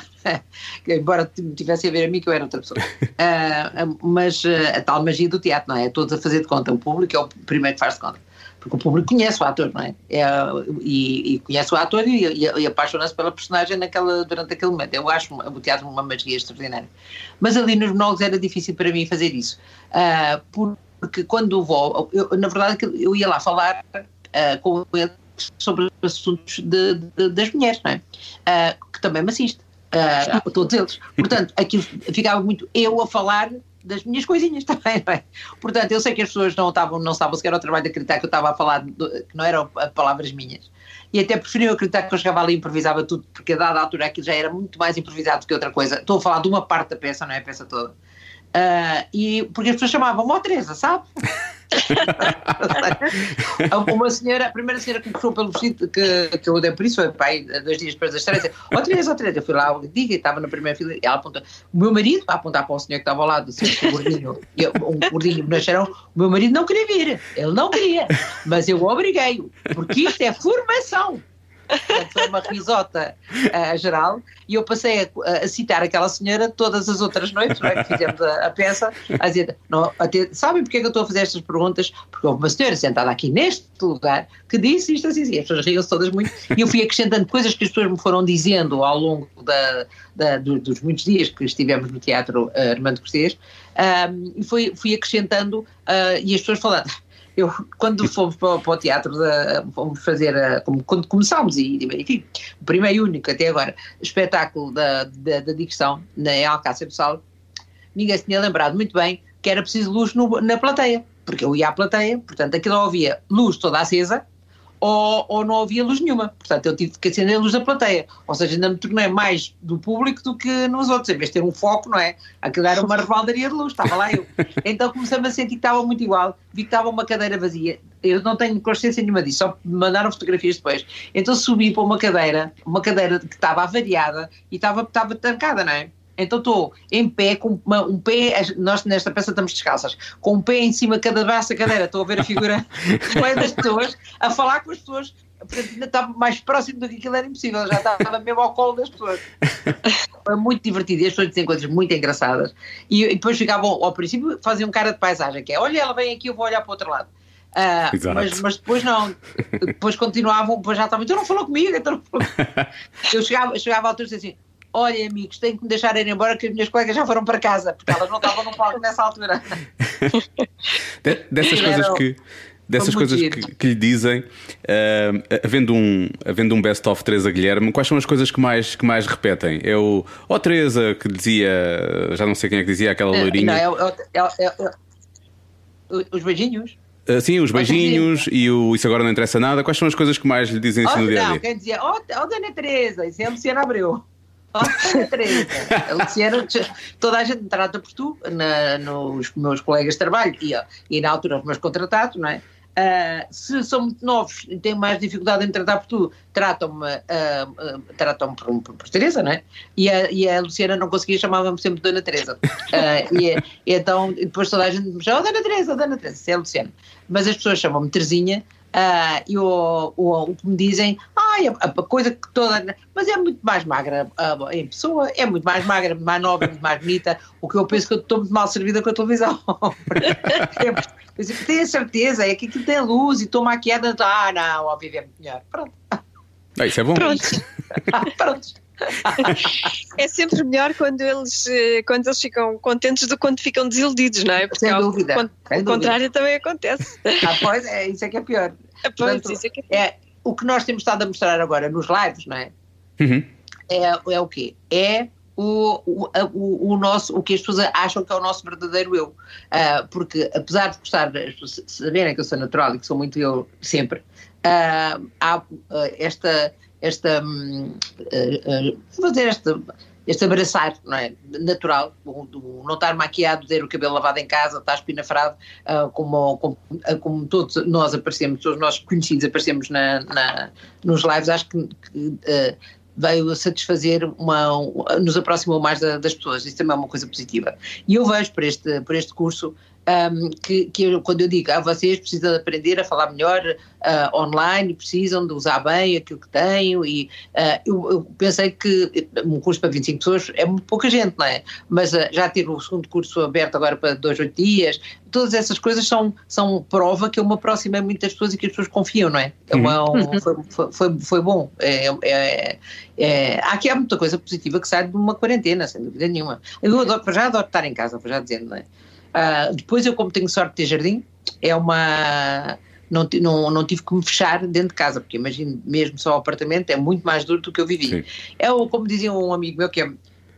S5: embora tivesse a ver a mim que eu era outra pessoa. uh, mas uh, a tal magia do teatro, não é? Todos a fazer de conta, o público é o primeiro que faz de conta, porque o público conhece o ator, não é? é e, e conhece o ator e, e, e apaixona-se pela personagem naquela, durante aquele momento. Eu acho o teatro uma magia extraordinária. Mas ali nos monólogos era difícil para mim fazer isso, uh, porque quando vou, eu, na verdade eu ia lá falar uh, com ele sobre assuntos de, de, das mulheres, não é? Uh, que também me assiste, uh, todos eles. Portanto, aquilo ficava muito eu a falar das minhas coisinhas também, não é? Portanto, eu sei que as pessoas não estavam, não estavam sequer ao trabalho de acreditar que eu estava a falar, de, que não eram palavras minhas. E até preferiam acreditar que eu chegava ali e improvisava tudo, porque a dada altura aquilo já era muito mais improvisado que outra coisa. Estou a falar de uma parte da peça, não é a peça toda. Uh, e porque as pessoas chamavam-me, ó Teresa, sabe? Uma senhora, a primeira senhora que me puxou pelo vestido que, que eu dei por isso foi pai, dois dias depois da estreia, disse: ó Teresa, ó Teresa, eu fui lá, eu digo, estava na primeira fila, e ela apontou, o meu marido, a apontar para o senhor que estava ao lado, assim, um gordinho, eu, um gordinho bonacheirão, o meu marido não queria vir, ele não queria, mas eu obriguei-o, porque isto é formação. Portanto, foi uma risota uh, geral, e eu passei a, a citar aquela senhora todas as outras noites, não é, que fizemos a, a peça, a dizer, não, a ter, sabem porque é que eu estou a fazer estas perguntas? Porque houve uma senhora sentada aqui neste lugar que disse isto assim, assim. As pessoas riam-se todas muito, e eu fui acrescentando coisas que as pessoas me foram dizendo ao longo da, da, do, dos muitos dias que estivemos no Teatro uh, Armando Cortês, um, e fui, fui acrescentando, uh, e as pessoas falando. Eu, quando fomos para, para o teatro, da, fomos fazer, a, quando começámos, e enfim, o primeiro e único até agora espetáculo da, da, da dicção na Alcácer do Sal, ninguém se tinha lembrado muito bem que era preciso luz no, na plateia, porque eu ia à plateia, portanto aquilo havia luz toda acesa, ou, ou não havia luz nenhuma, portanto eu tive que acender a luz da plateia, ou seja, ainda me tornei mais do público do que nos outros, em vez de ter um foco, não é? Aquilo era uma rebaldaria de luz, estava lá eu. Então comecei-me a sentir que estava muito igual, vi que estava uma cadeira vazia, eu não tenho consciência nenhuma disso, só me mandaram fotografias depois, então subi para uma cadeira, uma cadeira que estava avariada e estava, estava trancada, não é? Então estou em pé, com uma, um pé, nós nesta peça estamos descalças, com um pé em cima de cada braço da cadeira, estou a ver a figura das pessoas, a falar com as pessoas, portanto ainda estava mais próximo do que aquilo era impossível, já estava mesmo ao colo das pessoas. Foi muito divertido, e as pessoas dizem coisas muito engraçadas, e, e depois ficavam, ao princípio faziam cara de paisagem, que é, olha ela vem aqui, eu vou olhar para o outro lado. Uh, mas, mas depois não, depois continuavam, depois já estavam, então não falou comigo, então não falou comigo. Eu chegava, chegava à altura e dizia assim, olha amigos, tenho que me deixar ir embora que as minhas colegas já foram para casa, porque elas não estavam no palco nessa altura.
S2: De, dessas coisas que... Dessas coisas que, que lhe dizem, uh, havendo um, havendo um best-of Teresa Guilherme, quais são as coisas que mais, que mais repetem? É o oh, Teresa, que dizia, já não sei quem é que dizia, aquela loirinha. Não, é, é, é, é, é,
S5: os beijinhos?
S2: Uh, sim, os beijinhos e o Isso Agora Não Interessa Nada. Quais são as coisas que mais lhe dizem assim
S5: oh,
S2: no dia a dia?
S5: Não, quem dizia, oh, oh Dona Teresa, isso é a Luciana Abreu. Oh, Dona Teresa. A Luciana, toda a gente me trata por tu, na, nos meus colegas de trabalho e, e na altura os meus contratados, não é? Uh, se são muito novos e têm mais dificuldade em tratar por tu, tratam-me uh, uh, tratam-me por, por, por Teresa, não é? E a, e a Luciana não conseguia, chamava-me sempre Dona Teresa. Uh, e, e então depois toda a gente me chama, oh, Dona Teresa, Dona Teresa, isso é a Luciana. Mas as pessoas chamam-me Teresinha. Uh, e o, o, o que me dizem, ai, a, a coisa que toda, mas é muito mais magra uh, em pessoa, é muito mais magra, muito mais nova, muito mais bonita. O que eu penso que eu estou muito mal servida com a televisão. Eu digo, tenho a certeza, é que aquilo tem luz e estou maquiada, ah, não, ao vivo é muito melhor. Pronto.
S2: Ah, isso é bom.
S3: Pronto.
S5: Pronto.
S3: É sempre melhor quando eles, quando eles ficam contentes do que quando ficam desiludidos, não é? Porque
S5: sem dúvida,
S3: ao,
S5: sem
S3: o contrário dúvida. Também acontece.
S5: Ah, pois, é, isso é que é pior.
S3: Ah, pois,
S5: Portanto,
S3: isso é que é pior.
S5: É, o que nós temos estado a mostrar agora nos lives, não é?
S2: Uhum.
S5: É, é o quê? É o, o, o, o, nosso, o que as pessoas acham que é o nosso verdadeiro eu. Uh, porque, apesar de gostar, as pessoas saberem que eu sou natural e que sou muito eu sempre, uh, há uh, esta... esta um, uh, uh, fazer esta, este abraçar, não é? Natural, o, o não estar maquiado, ter o cabelo lavado em casa, estar espinafrado, uh, como, como, uh, como todos nós aparecemos, todos os nossos conhecidos aparecemos na, na, nos lives, acho que, que uh, veio a satisfazer, uma, um, nos aproximou mais da, das pessoas, isso também é uma coisa positiva. E eu vejo por este, por este curso Um, que, que eu, quando eu digo, ah, vocês precisam aprender a falar melhor uh, online, precisam de usar bem aquilo que têm, e uh, eu, eu pensei que um curso para vinte e cinco pessoas é muito pouca gente, não é? Mas uh, já ter o segundo curso aberto agora para dois, oito dias, todas essas coisas são, são prova que eu me aproximei muitas pessoas e que as pessoas confiam, não é? É uma, um, foi, foi, foi bom. É, é, é, aqui há muita coisa positiva que sai de uma quarentena, sem dúvida nenhuma. Eu adoro, já adoro estar em casa, vou já dizendo, não é? Uh, depois eu, como tenho sorte de ter jardim, é uma... Não, não, não tive que me fechar dentro de casa, porque imagino, mesmo só o apartamento é muito mais duro do que eu vivi. Sim. É o, como dizia um amigo meu, que é uh,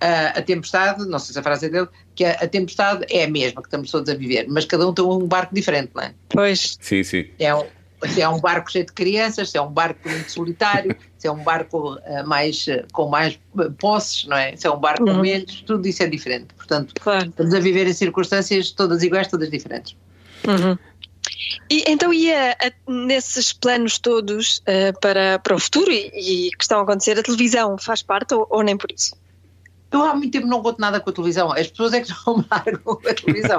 S5: a tempestade, não sei se a frase é dele, que a, a tempestade é a mesma que estamos todos a viver, mas cada um tem um barco diferente, não é?
S3: Pois.
S2: Sim, sim.
S5: É um, se é um barco cheio de crianças, se é um barco muito solitário, se é um barco uh, mais, uh, com mais posses, não é? Se é um barco uhum. com menos, tudo isso é diferente. Portanto, claro. Estamos a viver em circunstâncias todas iguais, todas diferentes.
S3: Uhum. E, então, e a, a, nesses planos todos uh, para, para o futuro e, e que estão a acontecer, a televisão faz parte ou, ou nem por isso?
S5: Eu há muito tempo não conto nada com a televisão, as pessoas é que não me largam a televisão,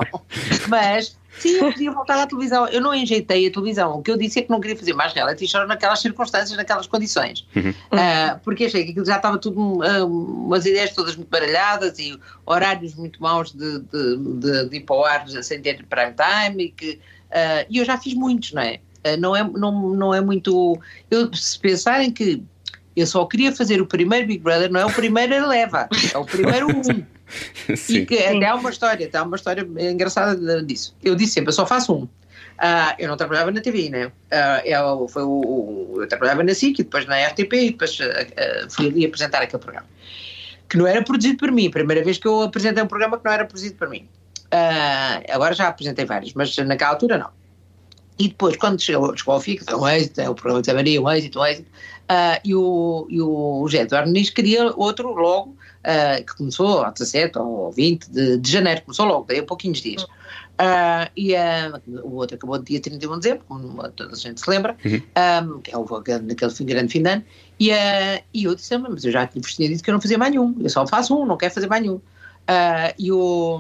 S5: mas sim, eu podia voltar à televisão, eu não enjeitei a televisão, o que eu disse é que não queria fazer mais reality show naquelas circunstâncias, naquelas condições, uhum. uh, porque achei que aquilo já estava tudo, uh, umas ideias todas muito baralhadas e horários muito maus de, de, de, de ir para o ar sem ter prime time, e que, uh, e eu já fiz muitos, não é? Uh, não é, não, não é muito, eu, se pensarem que eu só queria fazer o primeiro Big Brother, não é o primeiro leva, é o primeiro um. Sim. E que até há uma história, até há uma história engraçada disso. Eu disse sempre, eu só faço um. Uh, eu não trabalhava na T V, né? Uh, eu, foi o, o, eu trabalhava na S I C e depois na R T P e depois uh, uh, fui ali apresentar aquele programa. Que não era produzido por mim, primeira vez que eu apresentei um programa que não era produzido por mim. Uh, agora já apresentei vários, mas naquela altura não. E depois, quando chegou, chegou ao F I C, foi um êxito, é o programa de Maria, um êxito, um êxito, uh, e o, e o José Eduardo Muniz queria outro logo, uh, que começou a dezassete ou vinte de, de janeiro, começou logo, daí a pouquinhos dias. Uh, e uh, o outro acabou de dia trinta e um de dezembro, como toda a gente se lembra, uhum. um, que é o, naquele fim, grande fim de ano, e, uh, e eu disse, mas eu já tinha dito que eu não fazia mais nenhum, eu só faço um, não quero fazer mais nenhum. Uh, e o...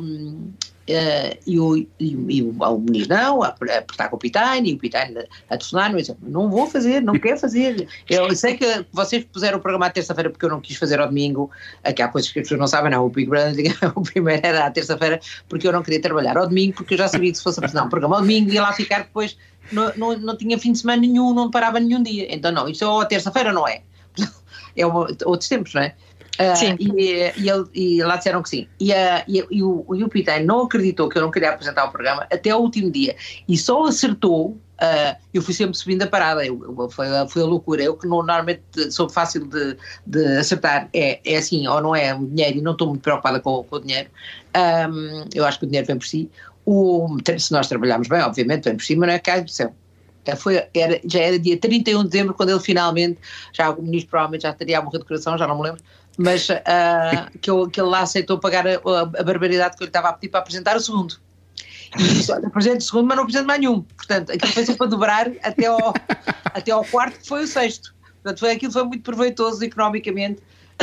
S5: Uh, e o, e, e o, o Muniz não, a apertar com o Pitane, e o Pitane a, a telefonar, não, não vou fazer, não quero fazer. Eu sei que vocês puseram o programa à terça-feira porque eu não quis fazer ao domingo, aqui há coisas que as pessoas não sabem, não, o Big Brother, o primeiro era à terça-feira porque eu não queria trabalhar ao domingo, porque eu já sabia que se fosse apresentar um programa ao domingo ia lá ficar depois, não, não, não tinha fim de semana nenhum, não parava nenhum dia, então não, isso é à terça-feira, não é? É uma, outros tempos, não é? Uh, e, e, ele, e lá disseram que sim. E, uh, e, e o, o Pitei não acreditou que eu não queria apresentar o programa até ao último dia. E só acertou. Uh, eu fui sempre subindo a parada, eu, eu, foi, foi a loucura. Eu que não, normalmente sou fácil de, de acertar, é, é assim, ou não é o dinheiro, e não estou muito preocupada com, com o dinheiro. Um, eu acho que o dinheiro vem por si. O, se nós trabalharmos bem, obviamente, vem por si, mas não é caso do céu. Foi, era, já era dia trinta e um de dezembro, quando ele finalmente, já o ministro provavelmente já estaria a morrer de coração, já não me lembro, mas uh, que, eu, que ele lá aceitou pagar a, a, a barbaridade que eu lhe estava a pedir para apresentar o segundo. E disse, olha, apresento o segundo, mas não apresento mais nenhum. Portanto, aquilo foi sempre a dobrar até ao, até ao quarto, que foi o sexto. Portanto, foi, aquilo foi muito proveitoso economicamente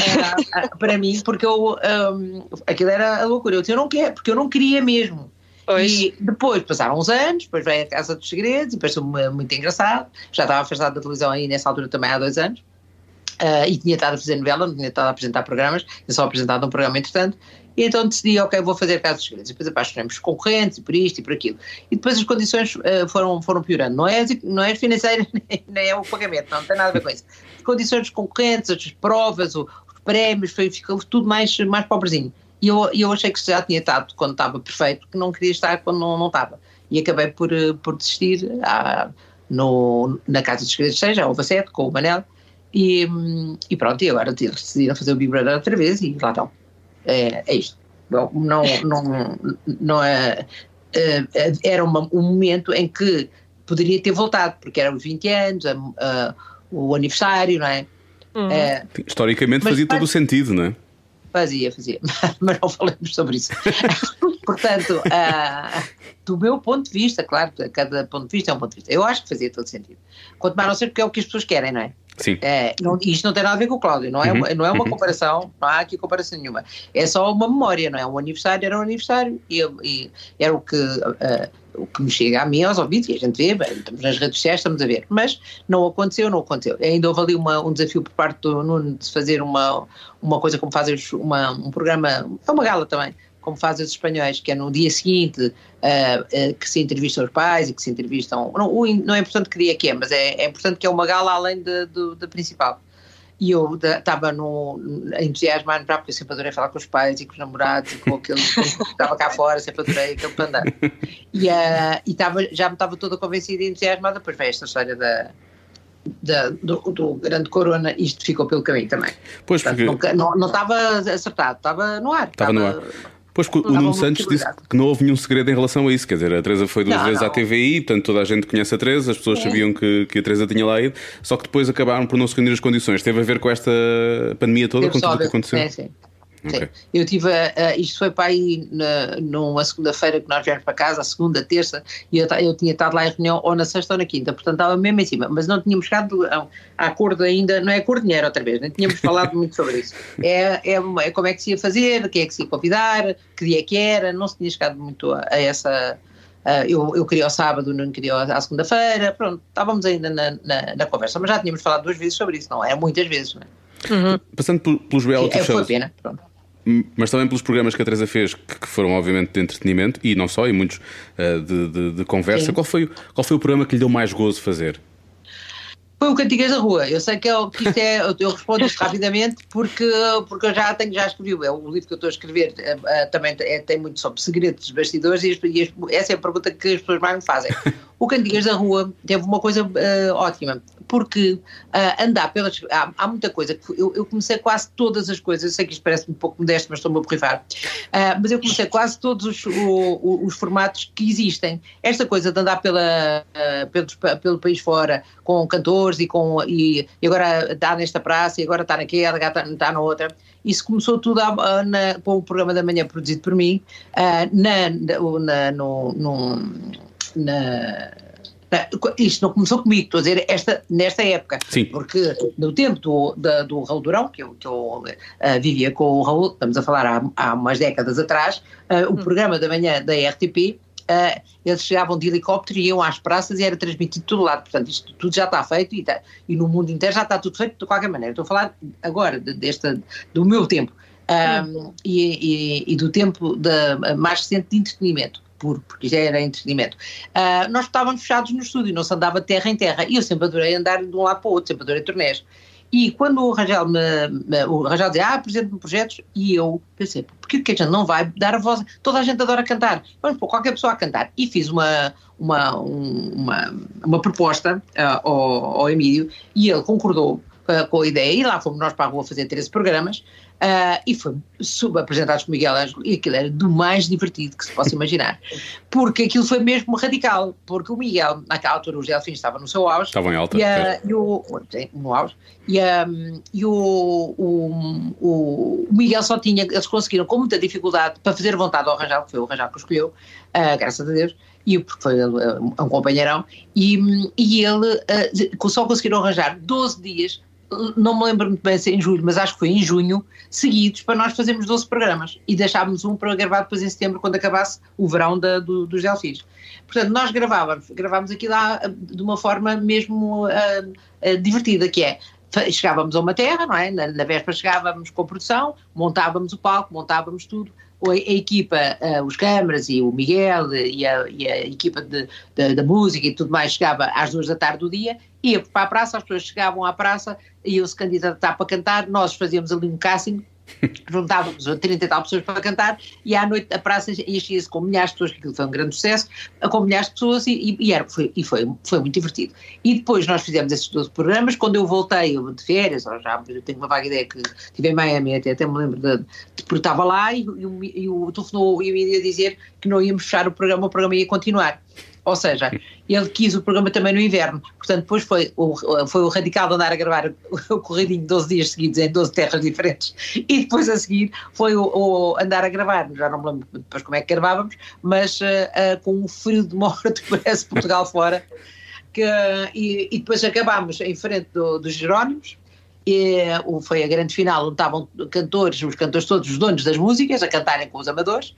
S5: uh, para mim, porque eu, um, aquilo era a loucura. Eu disse, eu não quero, porque eu não queria mesmo. Pois. E depois passaram uns anos, depois veio a Casa dos Segredos e pareceu-me muito engraçado. Já estava afastado da televisão aí nessa altura também há dois anos. Uh, e tinha estado a fazer novela, não tinha estado a apresentar programas, tinha só apresentado um programa entretanto. E então decidi, ok, vou fazer Casa dos Segredos. E depois apaixonei-me por concorrentes e por isto e por aquilo. E depois as condições uh, foram, foram piorando. Não é, não é financeira, nem é o pagamento, não, não tem nada a ver com isso. As condições dos concorrentes, as provas, o, os prémios, foi, ficou tudo mais, mais pobrezinho. E eu, eu achei que já tinha estado quando estava perfeito, que não queria estar quando não, não estava. E acabei por, por desistir à, no, na Casa dos Segredos, seja, houve a sete, com o Manel. E, e pronto, e agora decidiram fazer o Big Brother outra vez e lá estão. É, é isto. Bom, não, não, não é, é, era uma, um momento em que poderia ter voltado, porque eram os vinte anos, a, a, o aniversário, não é?
S3: Uhum.
S5: é
S2: Historicamente fazia mas, todo o sentido, não é?
S5: Fazia, fazia, mas não falamos sobre isso. Portanto, uh, do meu ponto de vista, claro, cada ponto de vista é um ponto de vista. Eu acho que fazia todo sentido. Quanto mais não ser porque é o que as pessoas querem, não é?
S2: Sim.
S5: É, não, isto não tem nada a ver com o Cláudio, não é,
S2: uhum.
S5: uma, não é uma
S2: uhum.
S5: comparação, não há aqui comparação nenhuma. É só uma memória, não é? Um aniversário era um aniversário e, e era o que, uh, o que me chega a mim, aos ouvidos, e a gente vê, bem, estamos nas redes sociais, estamos a ver. Mas não aconteceu, não aconteceu. Ainda houve ali uma, um desafio por parte do Nuno de fazer uma, uma coisa como fazem uma, um programa, é uma gala também, como fazem os espanhóis, que é no dia seguinte uh, uh, que se entrevistam os pais e que se entrevistam, não, não é importante que dia que é, mas é, é importante que é uma gala além da principal. E eu estava entusiasmado para, porque eu sempre adorei falar com os pais e com os namorados e com aquele que estava cá fora, sempre adorei aquele pandar. E, uh, e tava, já me estava toda convencida e entusiasmada, depois veio esta história da... Da, do, do grande corona, isto ficou pelo caminho também.
S2: Pois,
S5: portanto,
S2: porque...
S5: não, não estava acertado, estava no ar.
S2: Estava no ar. Pois, o Nuno Santos disse que não houve nenhum segredo em relação a isso, quer dizer, a Teresa foi duas não, vezes não. à T V I, portanto toda a gente conhece a Teresa, as pessoas é. sabiam que, que a Teresa tinha lá ido, só que depois acabaram por não se reunir as condições. Teve a ver com esta pandemia toda, com tudo o que aconteceu?
S5: Sim, sim. Okay. Sim. Eu tive, uh, isto foi para aí na, numa segunda-feira que nós viemos para casa, a segunda, terça, e eu, eu tinha estado lá em reunião ou na sexta ou na quinta, portanto estava mesmo em cima, mas não tínhamos chegado a, a acordo ainda, não é acordo de dinheiro outra vez, nem tínhamos falado muito sobre isso. É, é, é como é que se ia fazer, quem é que se ia convidar, que dia é que era, não se tinha chegado muito a, a essa... Uh, eu, eu queria ao sábado, não queria à segunda-feira, pronto, estávamos ainda na, na, na conversa, mas já tínhamos falado duas vezes sobre isso, não é? Muitas vezes, não é?
S3: Uhum.
S2: Passando pelos reality
S5: é,
S2: shows.
S5: Foi pena, pronto.
S2: Mas também pelos programas que a Teresa fez, que foram obviamente de entretenimento, e não só, e muitos uh, de, de, de conversa. Qual foi, qual foi o programa que lhe deu mais gozo fazer?
S5: Foi o Cantigas da Rua. Eu sei que, é, que isto é, eu respondo isto rapidamente porque, porque eu já tenho, já escrevi, é o livro que eu estou a escrever, é, é, também é, tem muito sobre segredos dos bastidores e, e essa é a pergunta que as pessoas mais me fazem. O Cantigas da Rua teve uma coisa uh, ótima, porque uh, andar pelas... Há, há muita coisa, que eu, eu comecei quase todas as coisas, eu sei que isto parece um pouco modesto, mas estou-me a borrifar, uh, mas eu comecei quase todos os, o, os formatos que existem. Esta coisa de andar pela, uh, pelos, pelo país fora, com cantores e, com, e, e agora está nesta praça e agora está naquela, agora está, está na outra. Isso começou tudo a, na, com o programa da manhã produzido por mim, uh, na, na, no, no, na, na, isto não começou comigo, estou a dizer, esta, nesta época.
S2: Sim. Porque
S5: no tempo do, da, do Raul Durão, que eu, que eu uh, vivia com o Raul, estamos a falar há, há umas décadas atrás, uh, o hum. programa da manhã da R T P, Uh, eles chegavam de helicóptero e iam às praças e era transmitido de todo lado, portanto isto tudo já está feito e, tá, e no mundo inteiro já está tudo feito de qualquer maneira. Estou a falar agora de, desta, do meu tempo um, e, e, e do tempo de, mais recente de entretenimento, puro, porque já era entretenimento. Uh, nós estávamos fechados no estúdio, não se andava de terra em terra e eu sempre adorei andar de um lado para o outro, sempre adorei turnés. E quando o Rangel me, me o Rangel dizia, ah, apresente-me projetos, e eu pensei, porque que a gente não vai dar a voz? Toda a gente adora cantar, vamos pôr qualquer pessoa a cantar. E fiz uma, uma, uma, uma proposta uh, ao, ao Emílio, e ele concordou uh, com a ideia, e lá fomos nós para a rua fazer treze programas, Uh, e foi subapresentados por Miguel Ângelo, e aquilo era do mais divertido que se possa imaginar, porque aquilo foi mesmo radical, porque o Miguel, naquela altura, os Delfins estavam no seu auge,
S2: estavam em alta,
S5: e, uh, e o, no auge, e, um, e o, o, o Miguel só tinha, eles conseguiram com muita dificuldade para fazer vontade ao Rangel, que foi o Rangel que o escolheu, uh, graças a Deus, e porque foi uh, um companheirão, e, e ele uh, só conseguiram arranjar doze dias, não me lembro muito bem se é em julho, mas acho que foi em junho, seguidos, para nós fazermos doze programas, e deixávamos um para gravar depois em setembro, quando acabasse o verão da, do, dos Delfins. Portanto, nós gravávamos, gravávamos aquilo lá de uma forma mesmo uh, uh, divertida, que é, chegávamos a uma terra, não é? Na, na véspera chegávamos com a produção, montávamos o palco, montávamos tudo, a, a equipa, uh, os câmaras e o Miguel e a, e a equipa de, de, da música e tudo mais chegava às duas da tarde do dia, ia para a praça, as pessoas chegavam à praça, iam-se candidatar para cantar, nós fazíamos ali um casting, juntávamos trinta e tal pessoas para cantar, e à noite a praça enchia-se com milhares de pessoas, que aquilo foi um grande sucesso, com milhares de pessoas, e, e, era, foi, e foi, foi muito divertido. E depois nós fizemos esses doze programas, quando eu voltei eu, de férias, ou já eu tenho uma vaga ideia que estive em Miami, até, até me lembro de, de porque estava lá, e, e, e o telefonou e me ia dizer que não íamos fechar o programa, o programa ia continuar. Ou seja, ele quis o programa também no inverno, portanto depois foi o, foi o radical de andar a gravar o corridinho doze dias seguidos em doze terras diferentes, e depois a seguir foi o, o andar a gravar, já não me lembro depois como é que gravávamos, mas uh, uh, com um frio de morte, parece Portugal fora, que, e, e depois acabámos em frente do, dos Jerónimos, e, uh, foi a grande final onde estavam cantores, os cantores todos, os donos das músicas, a cantarem com os amadores,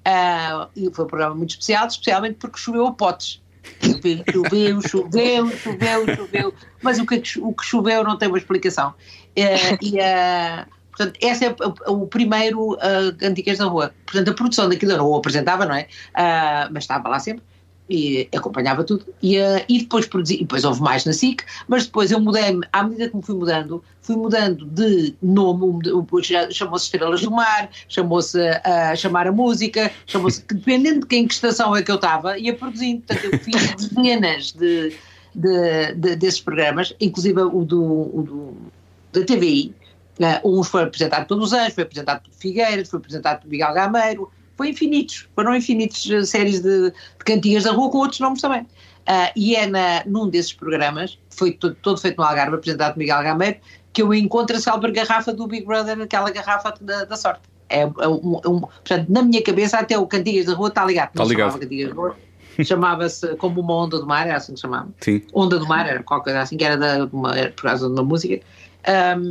S5: uh, e foi um programa muito especial, especialmente porque choveu a potes. Choveu, choveu, choveu, choveu, choveu, mas o que, o que choveu não tem uma explicação. Uh, e, uh, portanto, esse é o, o primeiro uh, Cantigas da Rua. Portanto, a produção daquilo eu não o apresentava, não é? Uh, mas estava lá sempre e acompanhava tudo. E, uh, e depois produzi, e depois houve mais na S I C, mas depois eu mudei-me, à medida que me fui mudando, fui mudando de nome, chamou-se Estrelas do Mar, chamou-se a uh, chamar a música, chamou-se, dependendo de que estação é que eu estava, ia produzindo. Portanto, eu fiz dezenas de, de, de, desses programas, inclusive o do, o do da T V I. Uh, uns foi apresentado pelos Anjos, foi apresentado por Figueiras, foi apresentado por Miguel Gameiro, foi infinitos, foram infinitos uh, séries de, de Cantigas da Rua com outros nomes também. Uh, e é na, num desses programas, foi todo, todo feito no Algarve, apresentado por Miguel Gameiro, que eu encontro a célebre garrafa do Big Brother, aquela garrafa da, da sorte. É, é um, um, portanto, na minha cabeça até o Cantigas da Rua está ligado.
S2: Está ligado.
S5: Chamava Cantigas da Rua, chamava-se como uma onda do mar, era assim que se chamava.
S2: Sim.
S5: Onda do mar, era qualquer coisa assim, que era, da, uma, era por causa de uma música. Um,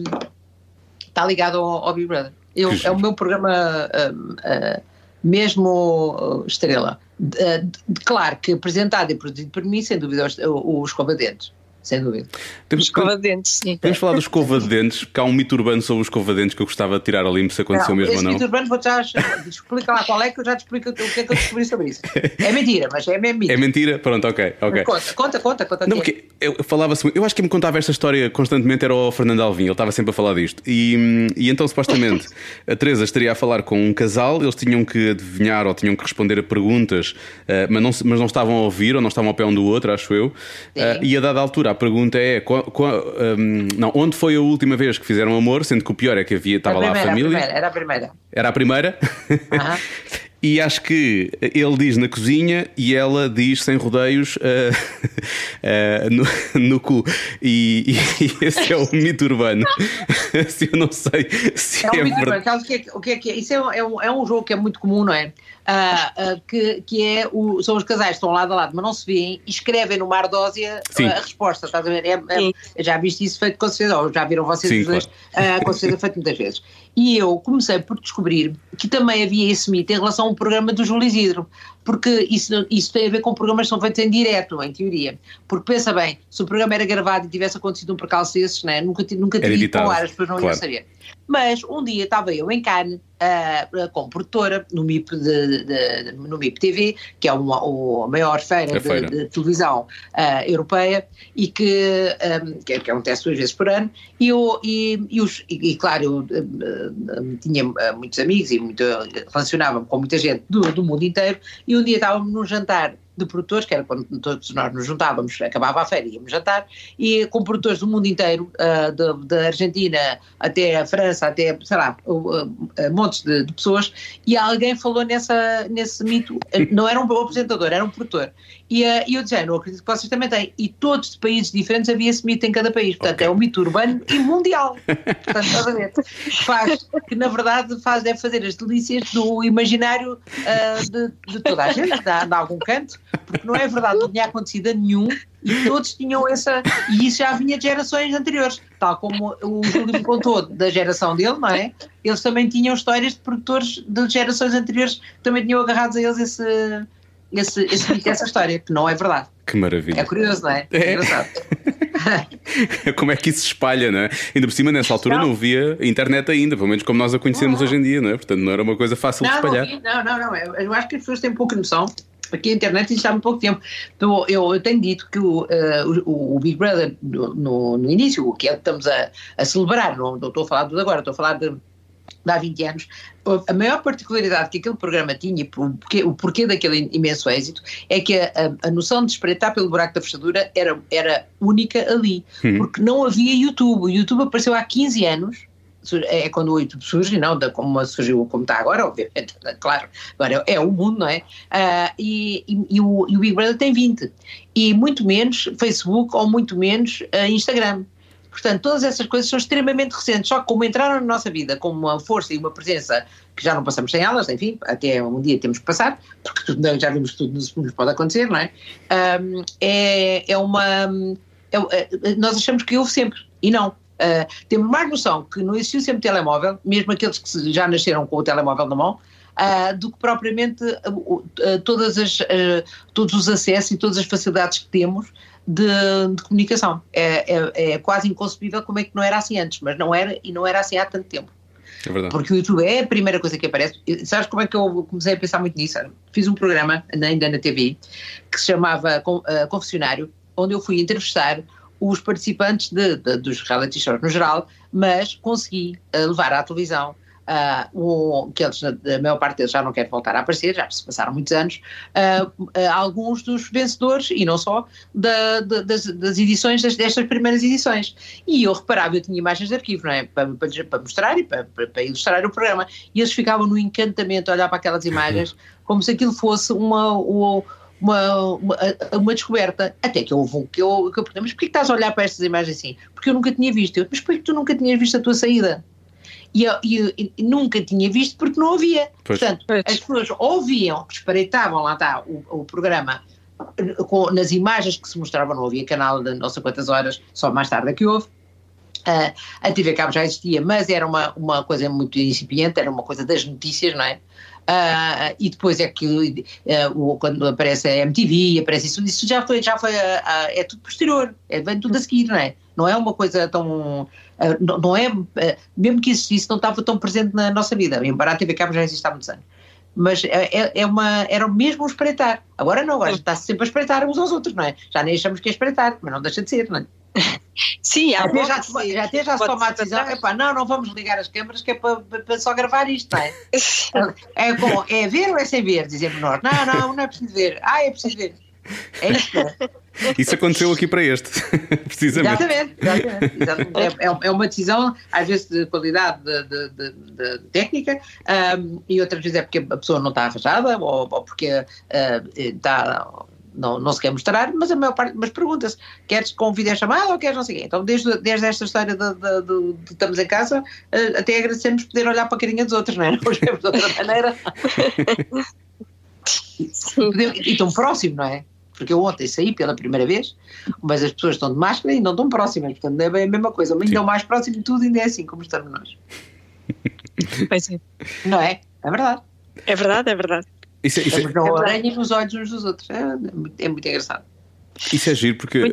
S5: está ligado ao, ao Big Brother. Eu, é o meu programa um, uh, mesmo uh, estrela. Uh, de, claro que apresentado e produzido por mim, sem dúvida, o, o Escova de Dentes. Sem dúvida.
S3: Temos, escova de dentes, sim.
S2: Podemos falar do escova de dentes, porque há um mito urbano sobre o escova de dentes que eu gostava de tirar ali, se aconteceu não, mesmo ou não.
S5: Esse mito urbano, vou já explica lá qual é, que eu já te explico o que é que eu descobri sobre isso. É mentira, mas é mesmo mito.
S2: É mentira? Pronto, ok. okay.
S5: Conta, conta, conta. conta
S2: não, porque eu falava-se, eu acho que quem me contava esta história constantemente era o Fernando Alvim, ele estava sempre a falar disto. E, e então, supostamente, a Teresa estaria a falar com um casal, eles tinham que adivinhar ou tinham que responder a perguntas, uh, mas, não, mas não estavam a ouvir ou não estavam ao pé um do outro, acho eu. Uh, e a dada altura a pergunta é. Um, não, onde foi a última vez que fizeram amor, sendo que o pior é que havia, estava a primeira, lá a família.
S5: A era a primeira.
S2: Era a primeira?
S5: Uh-huh.
S2: E acho que ele diz na cozinha e ela diz sem rodeios uh, uh, no, no cu. E, e esse é o mito urbano. Se eu não sei se é,
S5: é um mito
S2: verdade.
S5: urbano. O que é, o que é que é? Isso é, é, um, é um jogo que é muito comum, não é? Uh, uh, que, que é o, são os casais que estão lado a lado, mas não se veem e escrevem numa ardósia uh, a resposta, estás a ver? É, é, já viste isso feito com certeza, ou já viram vocês os dois, claro. uh, com certeza feito muitas vezes. E eu comecei por descobrir que também havia esse mito em relação ao programa do Júlio Isidro, porque isso, isso tem a ver com programas que são feitos em direto, em teoria. Porque pensa bem, se o programa era gravado e tivesse acontecido um percalço desses, né, nunca, nunca teria ido para o ar, as pessoas não claro. iam saber. Mas um dia estava eu em Cannes, uh, como produtora, no M I P, de, de, no M I P T V, que é uma, a maior feira,
S2: feira.
S5: De, de televisão uh, europeia, e que, um, que, que acontece duas vezes por ano, e, eu, e, e, os, e, e claro, eu uh, uh, tinha uh, muitos amigos e muito, relacionava-me com muita gente do, do mundo inteiro, e um dia estávamos num jantar de produtores, que era quando todos nós nos juntávamos, acabava a feira, íamos jantar, e com produtores do mundo inteiro, uh, da Argentina até a França, até, sei lá, uh, uh, montes de, de pessoas, e alguém falou nessa, nesse mito, não era um apresentador, era um produtor, e, uh, e eu dizia, não acredito que vocês também têm, e todos de países diferentes havia esse mito em cada país, portanto okay. É um mito urbano e mundial, portanto, estás a ver, faz, que na verdade faz, deve fazer as delícias do imaginário uh, de, de toda a gente, de, de algum canto, porque não é verdade, não tinha acontecido a nenhum e todos tinham essa, e isso já vinha de gerações anteriores, tal como o Júlio me contou da geração dele, não é? Eles também tinham histórias de produtores de gerações anteriores que também tinham agarrados a eles esse, esse, esse, essa história, que não é verdade.
S2: Que maravilha.
S5: É curioso, não é? É engraçado.
S2: Como é que isso se espalha, não é? Ainda por cima, nessa altura não, não havia internet ainda, pelo menos como nós a conhecemos não. hoje em dia, não é? Portanto, não era uma coisa fácil
S5: não,
S2: de espalhar.
S5: Não, não, não, não. Eu acho que as pessoas têm pouca noção. Aqui a internet existe há muito pouco tempo. Então, eu, eu tenho dito que o, uh, o, o Big Brother, no, no, no início, o que é que estamos a, a celebrar, não, não estou a falar de agora, estou a falar de, de há vinte anos, a maior particularidade que aquele programa tinha, o porquê, o porquê daquele imenso êxito, é que a, a, a noção de espreitar pelo buraco da fechadura era, era única ali, hum. porque não havia YouTube. O YouTube apareceu há quinze anos, é quando o YouTube surge, não da, como surgiu como está agora, obviamente, claro, agora é, é o mundo, não é? Uh, e, e, e, o, e o Big Brother tem vinte, e muito menos Facebook ou muito menos uh, Instagram. Portanto, todas essas coisas são extremamente recentes, só que como entraram na nossa vida com uma força e uma presença que já não passamos sem elas, enfim, até um dia temos que passar, porque tudo, já vimos que tudo nos, nos pode acontecer, não é? Um, é, é uma... É, é, nós achamos que houve sempre, e não. Uh, temos mais noção que não existiu sempre telemóvel, mesmo aqueles que já nasceram com o telemóvel na mão, uh, do que propriamente uh, uh, todas as, uh, todos os acessos e todas as facilidades que temos de, de comunicação. É, é, é quase inconcebível como é que não era assim antes, mas não era, e não era assim há tanto tempo.
S2: É verdade.
S5: Porque o YouTube é a primeira coisa que aparece. E sabes como é que eu comecei a pensar muito nisso? Fiz um programa ainda na T V que se chamava uh, Confessionário, onde eu fui entrevistar os participantes de, de, dos reality shows no geral, mas consegui uh, levar à televisão, uh, o, que eles, a maior parte deles já não querem voltar a aparecer, já se passaram muitos anos, uh, uh, alguns dos vencedores, e não só, da, da, das, das edições, das, destas primeiras edições. E eu reparava, eu tinha imagens de arquivo, não é? Para, para, para mostrar e para, para, para ilustrar o programa, e eles ficavam no encantamento a olhar para aquelas imagens, como se aquilo fosse uma... uma Uma, uma, uma descoberta, até que houve um que eu, que eu perguntei, mas porquê que estás a olhar para estas imagens assim? Porque eu nunca tinha visto. Eu, mas porquê que tu nunca tinhas visto a tua saída? E eu, eu, eu nunca tinha visto porque não havia. Pois. Portanto, pois. As pessoas ouviam, espreitavam, lá está, o, o programa, com, nas imagens que se mostravam, não havia canal de não sei quantas horas, só mais tarde é que houve. Uh, a T V Cabo já existia, mas era uma, uma coisa muito incipiente, era uma coisa das notícias, não é? Uh, e depois é que uh, o, quando aparece a M T V, aparece isso, isso já foi, já foi uh, uh, é tudo posterior, é, vem tudo a seguir, não é? Não é uma coisa tão, uh, não, não é, uh, mesmo que existisse, não estava tão presente na nossa vida, embora a T V Cabo já existe há muitos anos. Mas é, é uma, era mesmo um espreitar. Agora não, agora está sempre a espreitar uns aos outros, não é? Já nem achamos que é espreitar, mas não deixa de ser, não é?
S3: Sim, há
S5: até já, sim, já, até já se toma a decisão, epá, não, não vamos ligar as câmaras que é para, para só gravar isto, não é? É, bom, é ver ou é sem ver, dizemos nós. Não, não, não é preciso ver. Ah, é preciso ver. É isto.
S2: Isso aconteceu aqui para este, precisamente.
S5: Exatamente, exatamente, exatamente. É, é uma decisão, às vezes, de qualidade de, de, de, de técnica, um, e outras vezes é porque a pessoa não está arranjada, ou, ou porque uh, está... Não, não se quer mostrar, mas a maior parte, mas pergunta-se, queres com videochamada ou queres não sei o quê? Então desde, desde esta história de, de, de, de estamos em casa, uh, até agradecemos poder olhar para a carinha dos outros, não é? Não vemos de outra maneira. E, e tão próximo, não é? Porque eu ontem saí pela primeira vez, mas as pessoas estão de máscara e não estão próximas, portanto é bem a mesma coisa, mas ainda o mais próximo de tudo ainda é assim, como estamos nós.
S3: Pois é.
S5: Não é? É verdade.
S3: É verdade, é verdade.
S2: Isso, isso
S5: é, é, é nos olhos uns dos outros, é, é, muito, é muito engraçado.
S2: Isso é giro porque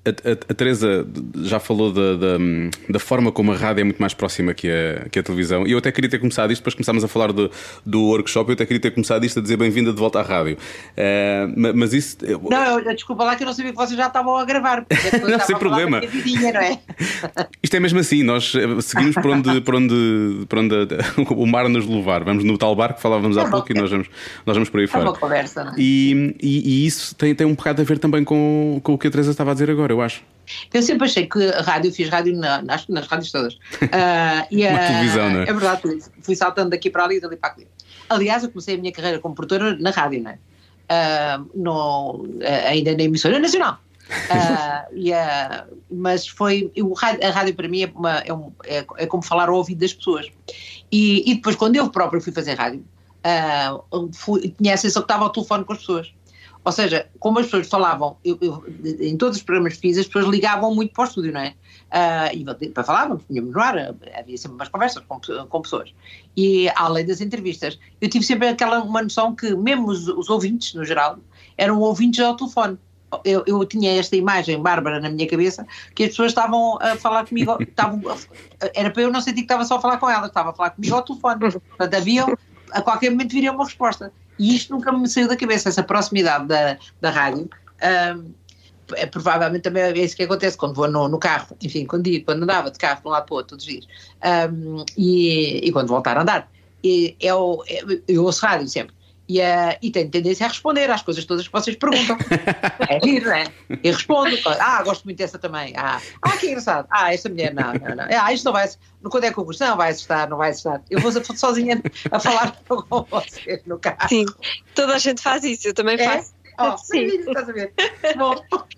S2: A, a, a Teresa já falou da, da, da forma como a rádio é muito mais próxima que a, que a televisão. E eu até queria ter começado isto, depois começámos a falar do, do workshop. Eu até queria ter começado isto a dizer bem-vinda de volta à rádio. Uh, mas isso.
S5: Não, eu, desculpa lá que eu não sabia que vocês já estavam a gravar.
S2: Não, sem problema.
S5: Vidinha, não é?
S2: Isto é mesmo assim, nós seguimos por onde, por onde, por onde o mar nos levar. Vamos no tal barco que falávamos há pouco e nós vamos, nós vamos por aí fora.
S5: É uma conversa, não é?
S2: E, e, e isso tem, tem um bocado a ver também com, com o que a Teresa estava a dizer agora, eu acho.
S5: Eu sempre achei que a rádio, eu fiz rádio na, nas, nas rádios todas. Uh, e
S2: uma
S5: a,
S2: televisão, não é?
S5: É verdade, fui saltando daqui para ali e dali para aqui. Aliás, eu comecei a minha carreira como produtora na rádio, não é? Uh, no, uh, ainda na emissora nacional. Uh, e, uh, mas foi eu, a rádio para mim é, uma, é, um, é, é como falar ao ouvido das pessoas. E, e depois, quando eu próprio fui fazer rádio, uh, fui, tinha a sensação que estava ao telefone com as pessoas. Ou seja, como as pessoas falavam, eu, eu, em todos os programas que fiz, as pessoas ligavam muito para o estúdio, não é? Uh, e para falávamos, tínhamos no ar, havia sempre umas conversas com, com pessoas. E além das entrevistas, eu tive sempre aquela uma noção que mesmo os, os ouvintes, no geral, eram ouvintes ao telefone. Eu, eu tinha esta imagem bárbara na minha cabeça, que as pessoas estavam a falar comigo, estavam, era para eu não sentir que estava só a falar com elas, estava a falar comigo ao telefone. Portanto, havia, a qualquer momento viria uma resposta. E isto nunca me saiu da cabeça, essa proximidade da, da rádio. Um, é, provavelmente também é isso que acontece quando vou no, no carro, enfim, quando, quando andava de carro de um lado para o outro todos os dias. Um, e, e quando voltar a andar. E, é o, é, eu ouço rádio sempre. E, uh, e tenho tendência a responder às coisas todas que vocês perguntam. É rir, não é? E respondo. Ah, gosto muito dessa também. Ah, ah que engraçado. Ah, essa mulher, não, não, não. Ah, isto não vai... Quando é concurso? Não, vai assustar, não vai assustar. Eu vou sozinha a falar com vocês no carro.
S3: Sim, toda a gente faz isso. Eu também faço.
S5: É? Oh, sim. Estás a ver? Bom,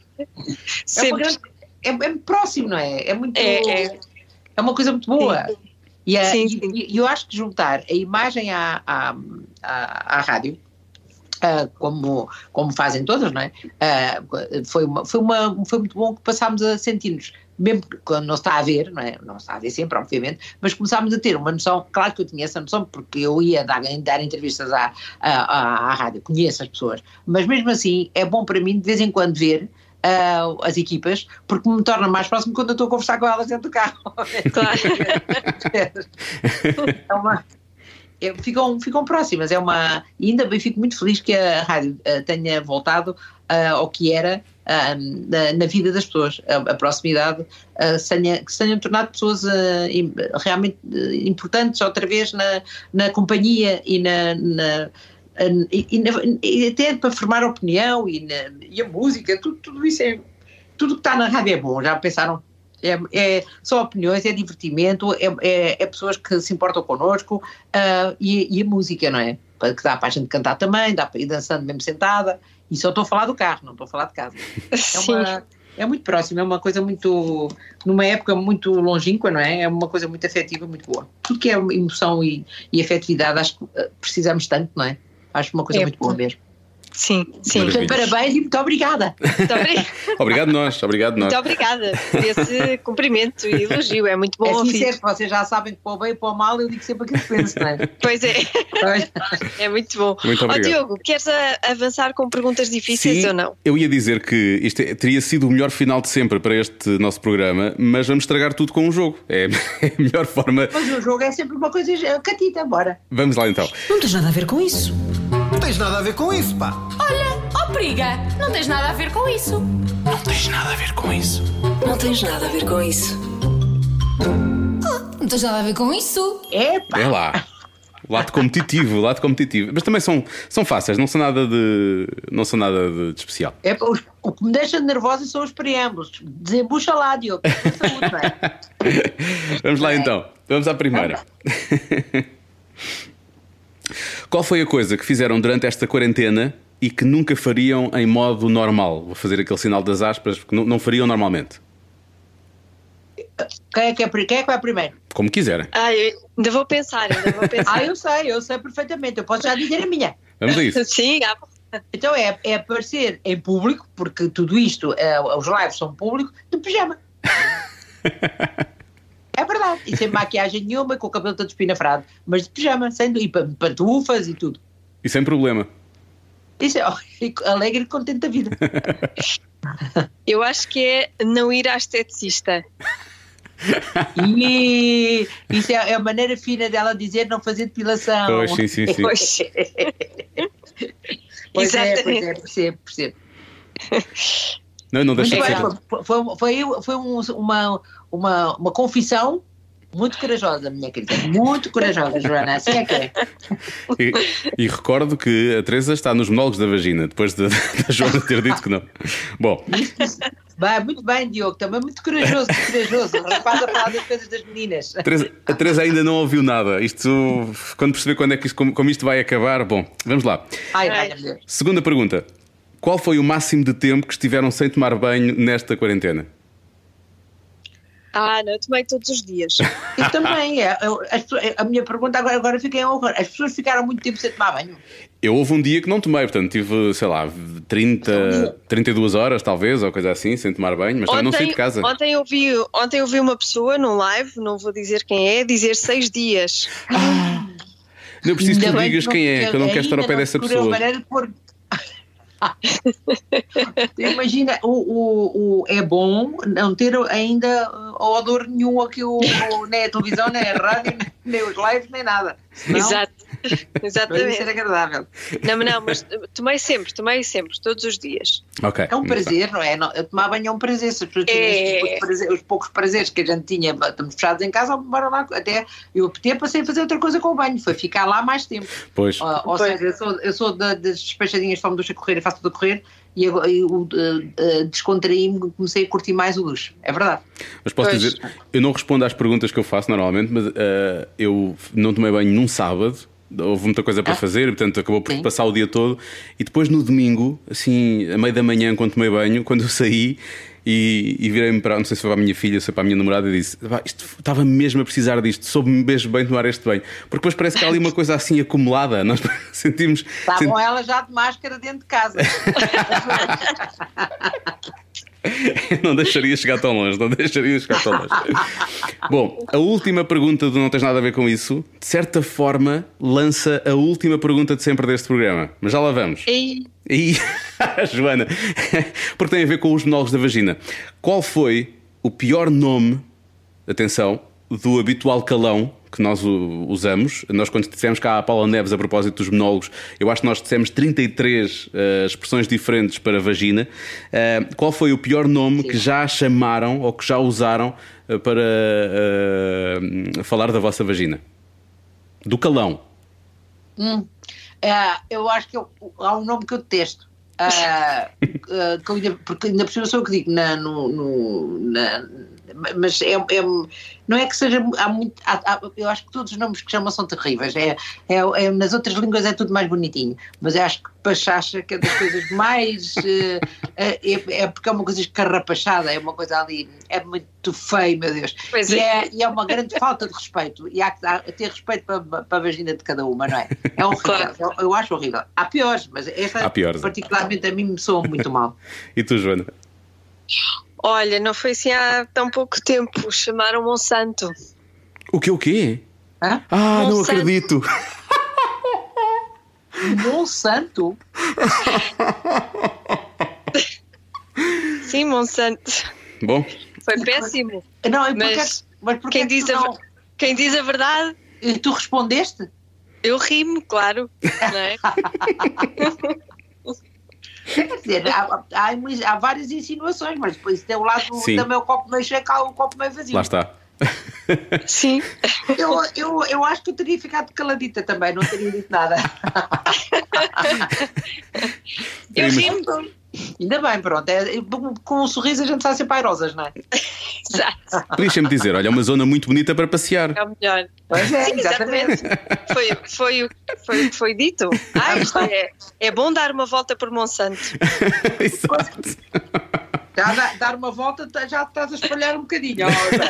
S5: é, uma grande, é, é próximo, não é? É muito... É, é. é uma coisa muito boa. Sim. E, a, sim, sim. e, e eu acho que juntar a imagem à, à, à, à rádio, uh, como, como fazem todas, não é? Uh, foi, uma, foi, uma, foi muito bom que passámos a sentir-nos, mesmo quando não se está a ver, não é? Não se está a ver sempre, obviamente, mas começámos a ter uma noção, claro que eu tinha essa noção, porque eu ia dar, dar entrevistas à, à, à rádio, conheço as pessoas, mas mesmo assim é bom para mim de vez em quando ver Uh, as equipas, porque me torna mais próximo quando eu estou a conversar com elas dentro do carro.
S3: Claro.
S5: É uma, é, ficam, ficam próximas, é uma, e ainda bem fico muito feliz que a rádio uh, tenha voltado uh, ao que era uh, na, na vida das pessoas, a, a proximidade, uh, se tenha, que se tenham tornado pessoas uh, realmente uh, importantes outra vez na, na companhia e na, na E, e, e até para formar opinião e, na, e a música, tudo, tudo isso é, tudo que está na rádio é bom, já pensaram? É, é, são opiniões, é divertimento, é, é, é pessoas que se importam connosco uh, e, e a música, não é? Que dá para a gente cantar também, dá para ir dançando mesmo sentada, e só estou a falar do carro, não estou a falar de casa. É, uma, é muito próximo, é uma coisa muito, numa época muito longínqua, não é? É uma coisa muito afetiva, muito boa. Tudo que é emoção e, e afetividade, acho que precisamos tanto, não é? Acho uma coisa é muito boa mesmo.
S3: Sim, sim.
S5: Portanto, parabéns e muito obrigada.
S3: Muito obrigada.
S2: Obrigado nós, obrigado nós.
S3: Muito obrigada por esse cumprimento e elogio, é muito bom
S5: é
S3: ouvir.
S5: Sincero, vocês já sabem que para o bem e para o mal eu digo sempre aquilo que penso, não é?
S3: Pois é. É muito bom.
S2: Muito obrigado.
S3: Oh, Diogo, queres a, avançar com perguntas difíceis
S2: Sim,
S3: ou não?
S2: Eu ia dizer que isto é, teria sido o melhor final de sempre para este nosso programa, mas vamos estragar tudo com um jogo. É a melhor forma.
S5: Mas o jogo é sempre uma coisa catita, bora.
S2: Vamos lá então.
S1: Não tens nada a ver com isso.
S6: Não tens nada a ver com isso, pá.
S7: Olha, ó periga, não tens nada a ver com isso.
S6: Não tens nada a ver com isso.
S1: Não tens nada a ver com isso.
S7: Oh, não tens nada a ver com isso.
S5: Epa.
S2: É lá. O lado competitivo, o lado competitivo. Mas também são, são fáceis, não são nada de, não são nada de, de especial.
S5: É, o, o que me deixa nervosa são os preâmbulos. Desembucha lá, Diogo. Saúde, não é?
S2: Vamos lá então. Vamos à primeira. Qual foi a coisa que fizeram durante esta quarentena e que nunca fariam em modo normal? Vou fazer aquele sinal das aspas, porque não, não fariam normalmente.
S5: Quem é que é, quem é que vai primeiro?
S2: Como quiserem.
S3: Ah, eu ainda vou pensar, ainda vou pensar.
S5: Ah, eu sei, eu sei perfeitamente. Eu posso já dizer a minha.
S2: Vamos a isso.
S3: Sim, ah,
S5: Então é, é aparecer em público, porque tudo isto, é, os lives são públicos, de pijama. É verdade. E sem maquiagem nenhuma, com o cabelo todo espinafrado, mas de pijama, sem, e pantufas e tudo.
S2: E sem problema.
S5: Isso é alegre e contente da vida.
S3: Eu acho que é não ir à esteticista.
S5: E isso é, é a maneira fina dela dizer não fazer depilação.
S2: Pois, sim, sim, sim.
S3: Pois.
S5: Pois é,
S3: Exatamente.
S5: pois é, percebo, percebo.
S2: Não, não deixa
S5: Muito
S2: de
S5: bem,
S2: ser.
S5: foi, foi, foi, foi um- uma, uma, uma confissão muito corajosa, minha querida. Muito corajosa, Joana. Assim é que é.
S2: E, e recordo que a Teresa está nos monólogos da vagina, depois de- da Joana ter dito que não. Bom,
S5: Vai, muito bem, Diogo. Também muito corajoso, muito corajoso. O rapaz a falar das coisas das meninas.
S2: a Teresa, a Teresa ainda não ouviu nada. Isto, quando perceber quando é que isto, como, como isto vai acabar, bom, vamos lá.
S5: Ai, ai, meu Deus.
S2: Segunda pergunta. Qual foi o máximo de tempo que estiveram sem tomar banho nesta quarentena?
S3: Ah, não, tomei todos os dias.
S5: Eu também. É, eu- as pessoas- a minha pergunta agora, agora fiquei em horror. As pessoas ficaram muito tempo sem tomar banho.
S2: Eu houve um dia que não tomei, portanto tive, sei lá, trinta, trinta e duas horas talvez, ou coisa assim, sem tomar banho, mas também não saí de casa.
S3: Ontem eu, vi, ontem eu vi uma pessoa num live, não vou dizer quem é, dizer seis dias.
S2: Não preciso que
S5: Ainda
S2: tu
S5: bem
S2: digas quem é, que eu não quero estar ao pé
S5: ainda
S2: dessa
S5: não descobriu a
S2: pessoa.
S5: maneira de pôr- Imagina, o, o, o, é bom não ter ainda uh, odor nenhum aqui, o, o, nem a televisão, nem a rádio, nem os lives, nem nada. Senão,
S3: Exato.
S5: Para isso
S3: Exatamente.
S5: ser agradável.
S3: Não, não, mas tomei sempre, tomei sempre, todos os dias.
S2: Ok.
S5: É um prazer, não é? Não, tomar banho é um prazer. Se as pessoas
S3: É.
S5: tivessem os, prazer- os poucos prazeres que a gente tinha, estamos fechados em casa, bora lá. Até eu até passei a fazer outra coisa com o banho, foi ficar lá mais tempo.
S2: Pois.
S5: Ou, ou
S3: Pois.
S5: seja, eu sou, eu sou da- das despachadinhas, fome ducha a correr e faço tudo a correr, e agora eu, uh, uh, descontraí-me, comecei a curtir mais o duche. É verdade.
S2: Mas posso
S3: Pois.
S2: dizer, eu não respondo às perguntas que eu faço normalmente, mas eh, eu não tomei banho num sábado, houve muita coisa para
S5: Ah.
S2: fazer, portanto acabou por
S5: Sim.
S2: passar o dia todo. E depois no domingo, assim, a meio da manhã, quando tomei banho, quando eu saí e, e virei-me para, não sei se foi para a minha filha, se foi para a minha namorada, e disse: "Pá, isto estava mesmo a precisar disto, soube-me mesmo bem tomar este banho." Porque depois parece que há ali uma coisa assim acumulada, nós sentimos.
S5: Estavam
S2: sent-
S5: elas já de máscara dentro de casa.
S2: Não deixaria chegar tão longe, não deixaria chegar tão longe. Bom, a última pergunta do Não Tens Nada a Ver Com Isso, de certa forma, lança a última pergunta de sempre deste programa. Mas já lá vamos.
S3: E
S2: E, Joana, porque tem a ver com os monólogos da vagina. Qual foi o pior nome, atenção, do habitual calão que nós u- usamos? Nós, quando dissemos cá a Paula Neves a propósito dos monólogos, eu acho que nós dissemos trinta e três uh, expressões diferentes para vagina. Uh, qual foi o pior nome
S5: Sim.
S2: que já chamaram ou que já usaram uh, para uh, falar da vossa vagina? Do calão.
S5: Hum. Ah, eu acho que eu- há um nome que eu detesto. Ah, ah, que eu ainda- porque ainda por cima sou eu que digo na, no, no- na- mas é, é- não é que seja há muito, há- há- eu acho que todos os nomes que chamam são terríveis. É, é, é- nas outras línguas é tudo mais bonitinho, mas eu acho que pachacha que é das coisas mais eh, é, é porque é uma coisa escarrapachada, é uma coisa ali, é muito feio, meu Deus.
S3: Pois
S5: E
S3: é.
S5: é, e é uma grande falta de respeito, e há que há- ter respeito para, para a vagina de cada uma, não é? É horrível,
S3: Claro.
S5: eu, eu acho horrível. Há piores, mas esta
S2: Há piores, é.
S5: particularmente a mim me soa muito mal.
S2: E tu, Joana?
S3: olha, não foi assim há tão pouco tempo, chamaram Monsanto.
S2: O que o quê?
S5: Hã?
S2: Ah, não
S3: Monsanto.
S2: acredito.
S5: Monsanto?
S3: Sim, Monsanto.
S2: Bom,
S3: Foi péssimo.
S5: Não, e
S3: Mas
S5: porque, mas porque
S3: Quem
S5: é que
S3: diz,
S5: tu,
S3: a,
S5: não,
S3: ver- quem diz a verdade,
S5: e tu respondeste?
S3: eu rimo, claro. Não é?
S5: Quer dizer, há, há, há várias insinuações, mas depois tem o lado
S2: Sim.
S5: também o copo meio cheio, há o copo meio vazio.
S2: lá está.
S3: Sim.
S5: Eu, eu, eu acho que eu teria ficado caladita também, não teria dito nada.
S3: Eu
S2: Sim,
S3: rimo.
S5: Ainda bem, pronto. É, com um sorriso a gente sai sempre airosas, não é?
S3: Exato.
S2: Podias sempre dizer: olha, é uma zona muito bonita para passear.
S3: É o melhor.
S5: Pois é,
S3: Sim,
S5: exatamente.
S3: Foi, foi, o- foi o que foi dito. Ah, isto é, é bom dar uma volta por Monsanto.
S2: Exato.
S5: Já dá- dar uma volta, tá- já estás a espalhar um bocadinho. ó, Zé.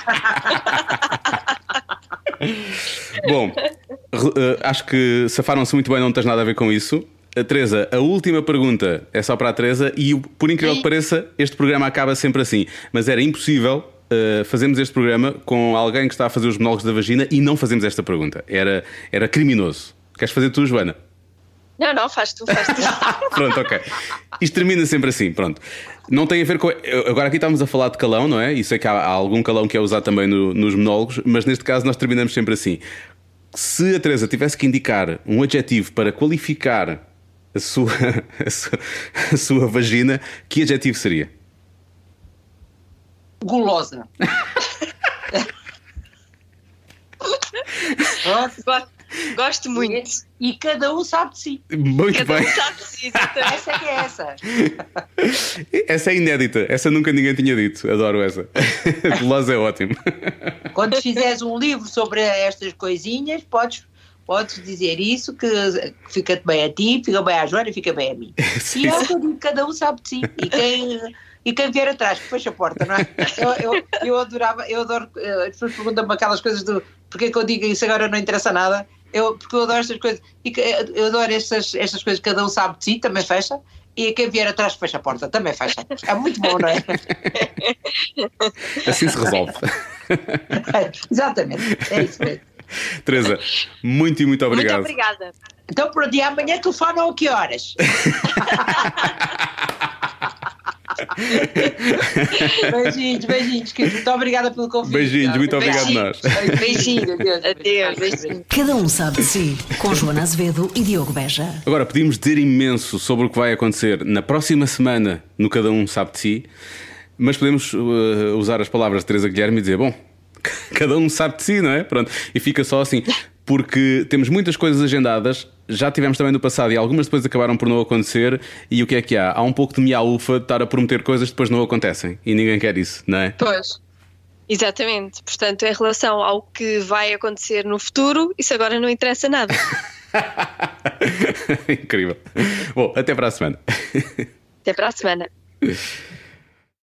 S2: Bom, re- eh, acho que safaram-se muito bem, não tens nada a ver com isso. A Teresa, a última pergunta é só para a Teresa e, por incrível que pareça, este programa acaba sempre assim. Mas era impossível uh, fazermos este programa com alguém que está a fazer os monólogos da vagina e não fazemos esta pergunta. Era, era criminoso. Queres fazer tu, Joana?
S3: Não, não, faz tu, faz tu.
S2: Pronto, ok. Isto termina sempre assim, pronto. Não tem a ver com. Agora aqui estamos a falar de calão, não é? E sei que há, há algum calão que é usado também no, nos monólogos, mas neste caso nós terminamos sempre assim. Se a Teresa tivesse que indicar um adjetivo para qualificar a sua, a sua, a sua vagina, que adjetivo seria?
S5: Gulosa.
S3: Gosto, gosto muito.
S5: E cada um sabe de si.
S2: Muito
S3: Cada
S2: bem.
S3: um sabe de si, exatamente.
S5: Essa é que é essa.
S2: Essa é inédita, essa nunca ninguém tinha dito. Adoro essa. Gulosa é ótimo.
S5: Quando fizeres um livro sobre estas coisinhas, podes, podes dizer isso, que fica-te bem a ti, fica bem à Joana e fica bem a mim.
S2: Sim,
S5: E é o que eu digo, cada um sabe de si. E quem, e quem vier atrás, fecha a porta, não é? Eu, eu, eu adorava, eu adoro, as pessoas perguntam-me aquelas coisas do porque é que eu digo isso agora não interessa nada. Eu, porque eu adoro estas coisas, e eu adoro estas, estas coisas, cada um sabe de si, também fecha, e quem vier atrás fecha a porta, também fecha. É muito bom, não é?
S2: Assim se resolve.
S5: Exatamente, é isso mesmo.
S2: Teresa, muito e muito obrigado.
S3: Muito obrigada.
S5: Então, por dia amanhã telefonam a que horas? Beijinhos, beijinhos, querido. Muito obrigada pelo convite.
S2: Beijinhos, muito obrigado nós.
S3: Beijinho, adeus, adeus, beijinho.
S1: Cada um sabe de si, com Joana Azevedo e Diogo Beja.
S2: Agora, podíamos dizer imenso sobre o que vai acontecer na próxima semana no Cada Um Sabe de Si, mas podemos uh, usar as palavras de Teresa Guilherme e dizer, bom, cada um sabe de si, não é? Pronto. E fica só assim, porque temos muitas coisas agendadas, já tivemos também no passado e algumas depois acabaram por não acontecer. E o que é que há? Há um pouco de miaufa de estar a prometer coisas que depois não acontecem e ninguém quer isso, não é?
S3: Pois. Exatamente. Portanto, em relação ao que vai acontecer no futuro, isso agora não interessa nada.
S2: Incrível. Bom, até para a semana.
S3: Até para a semana.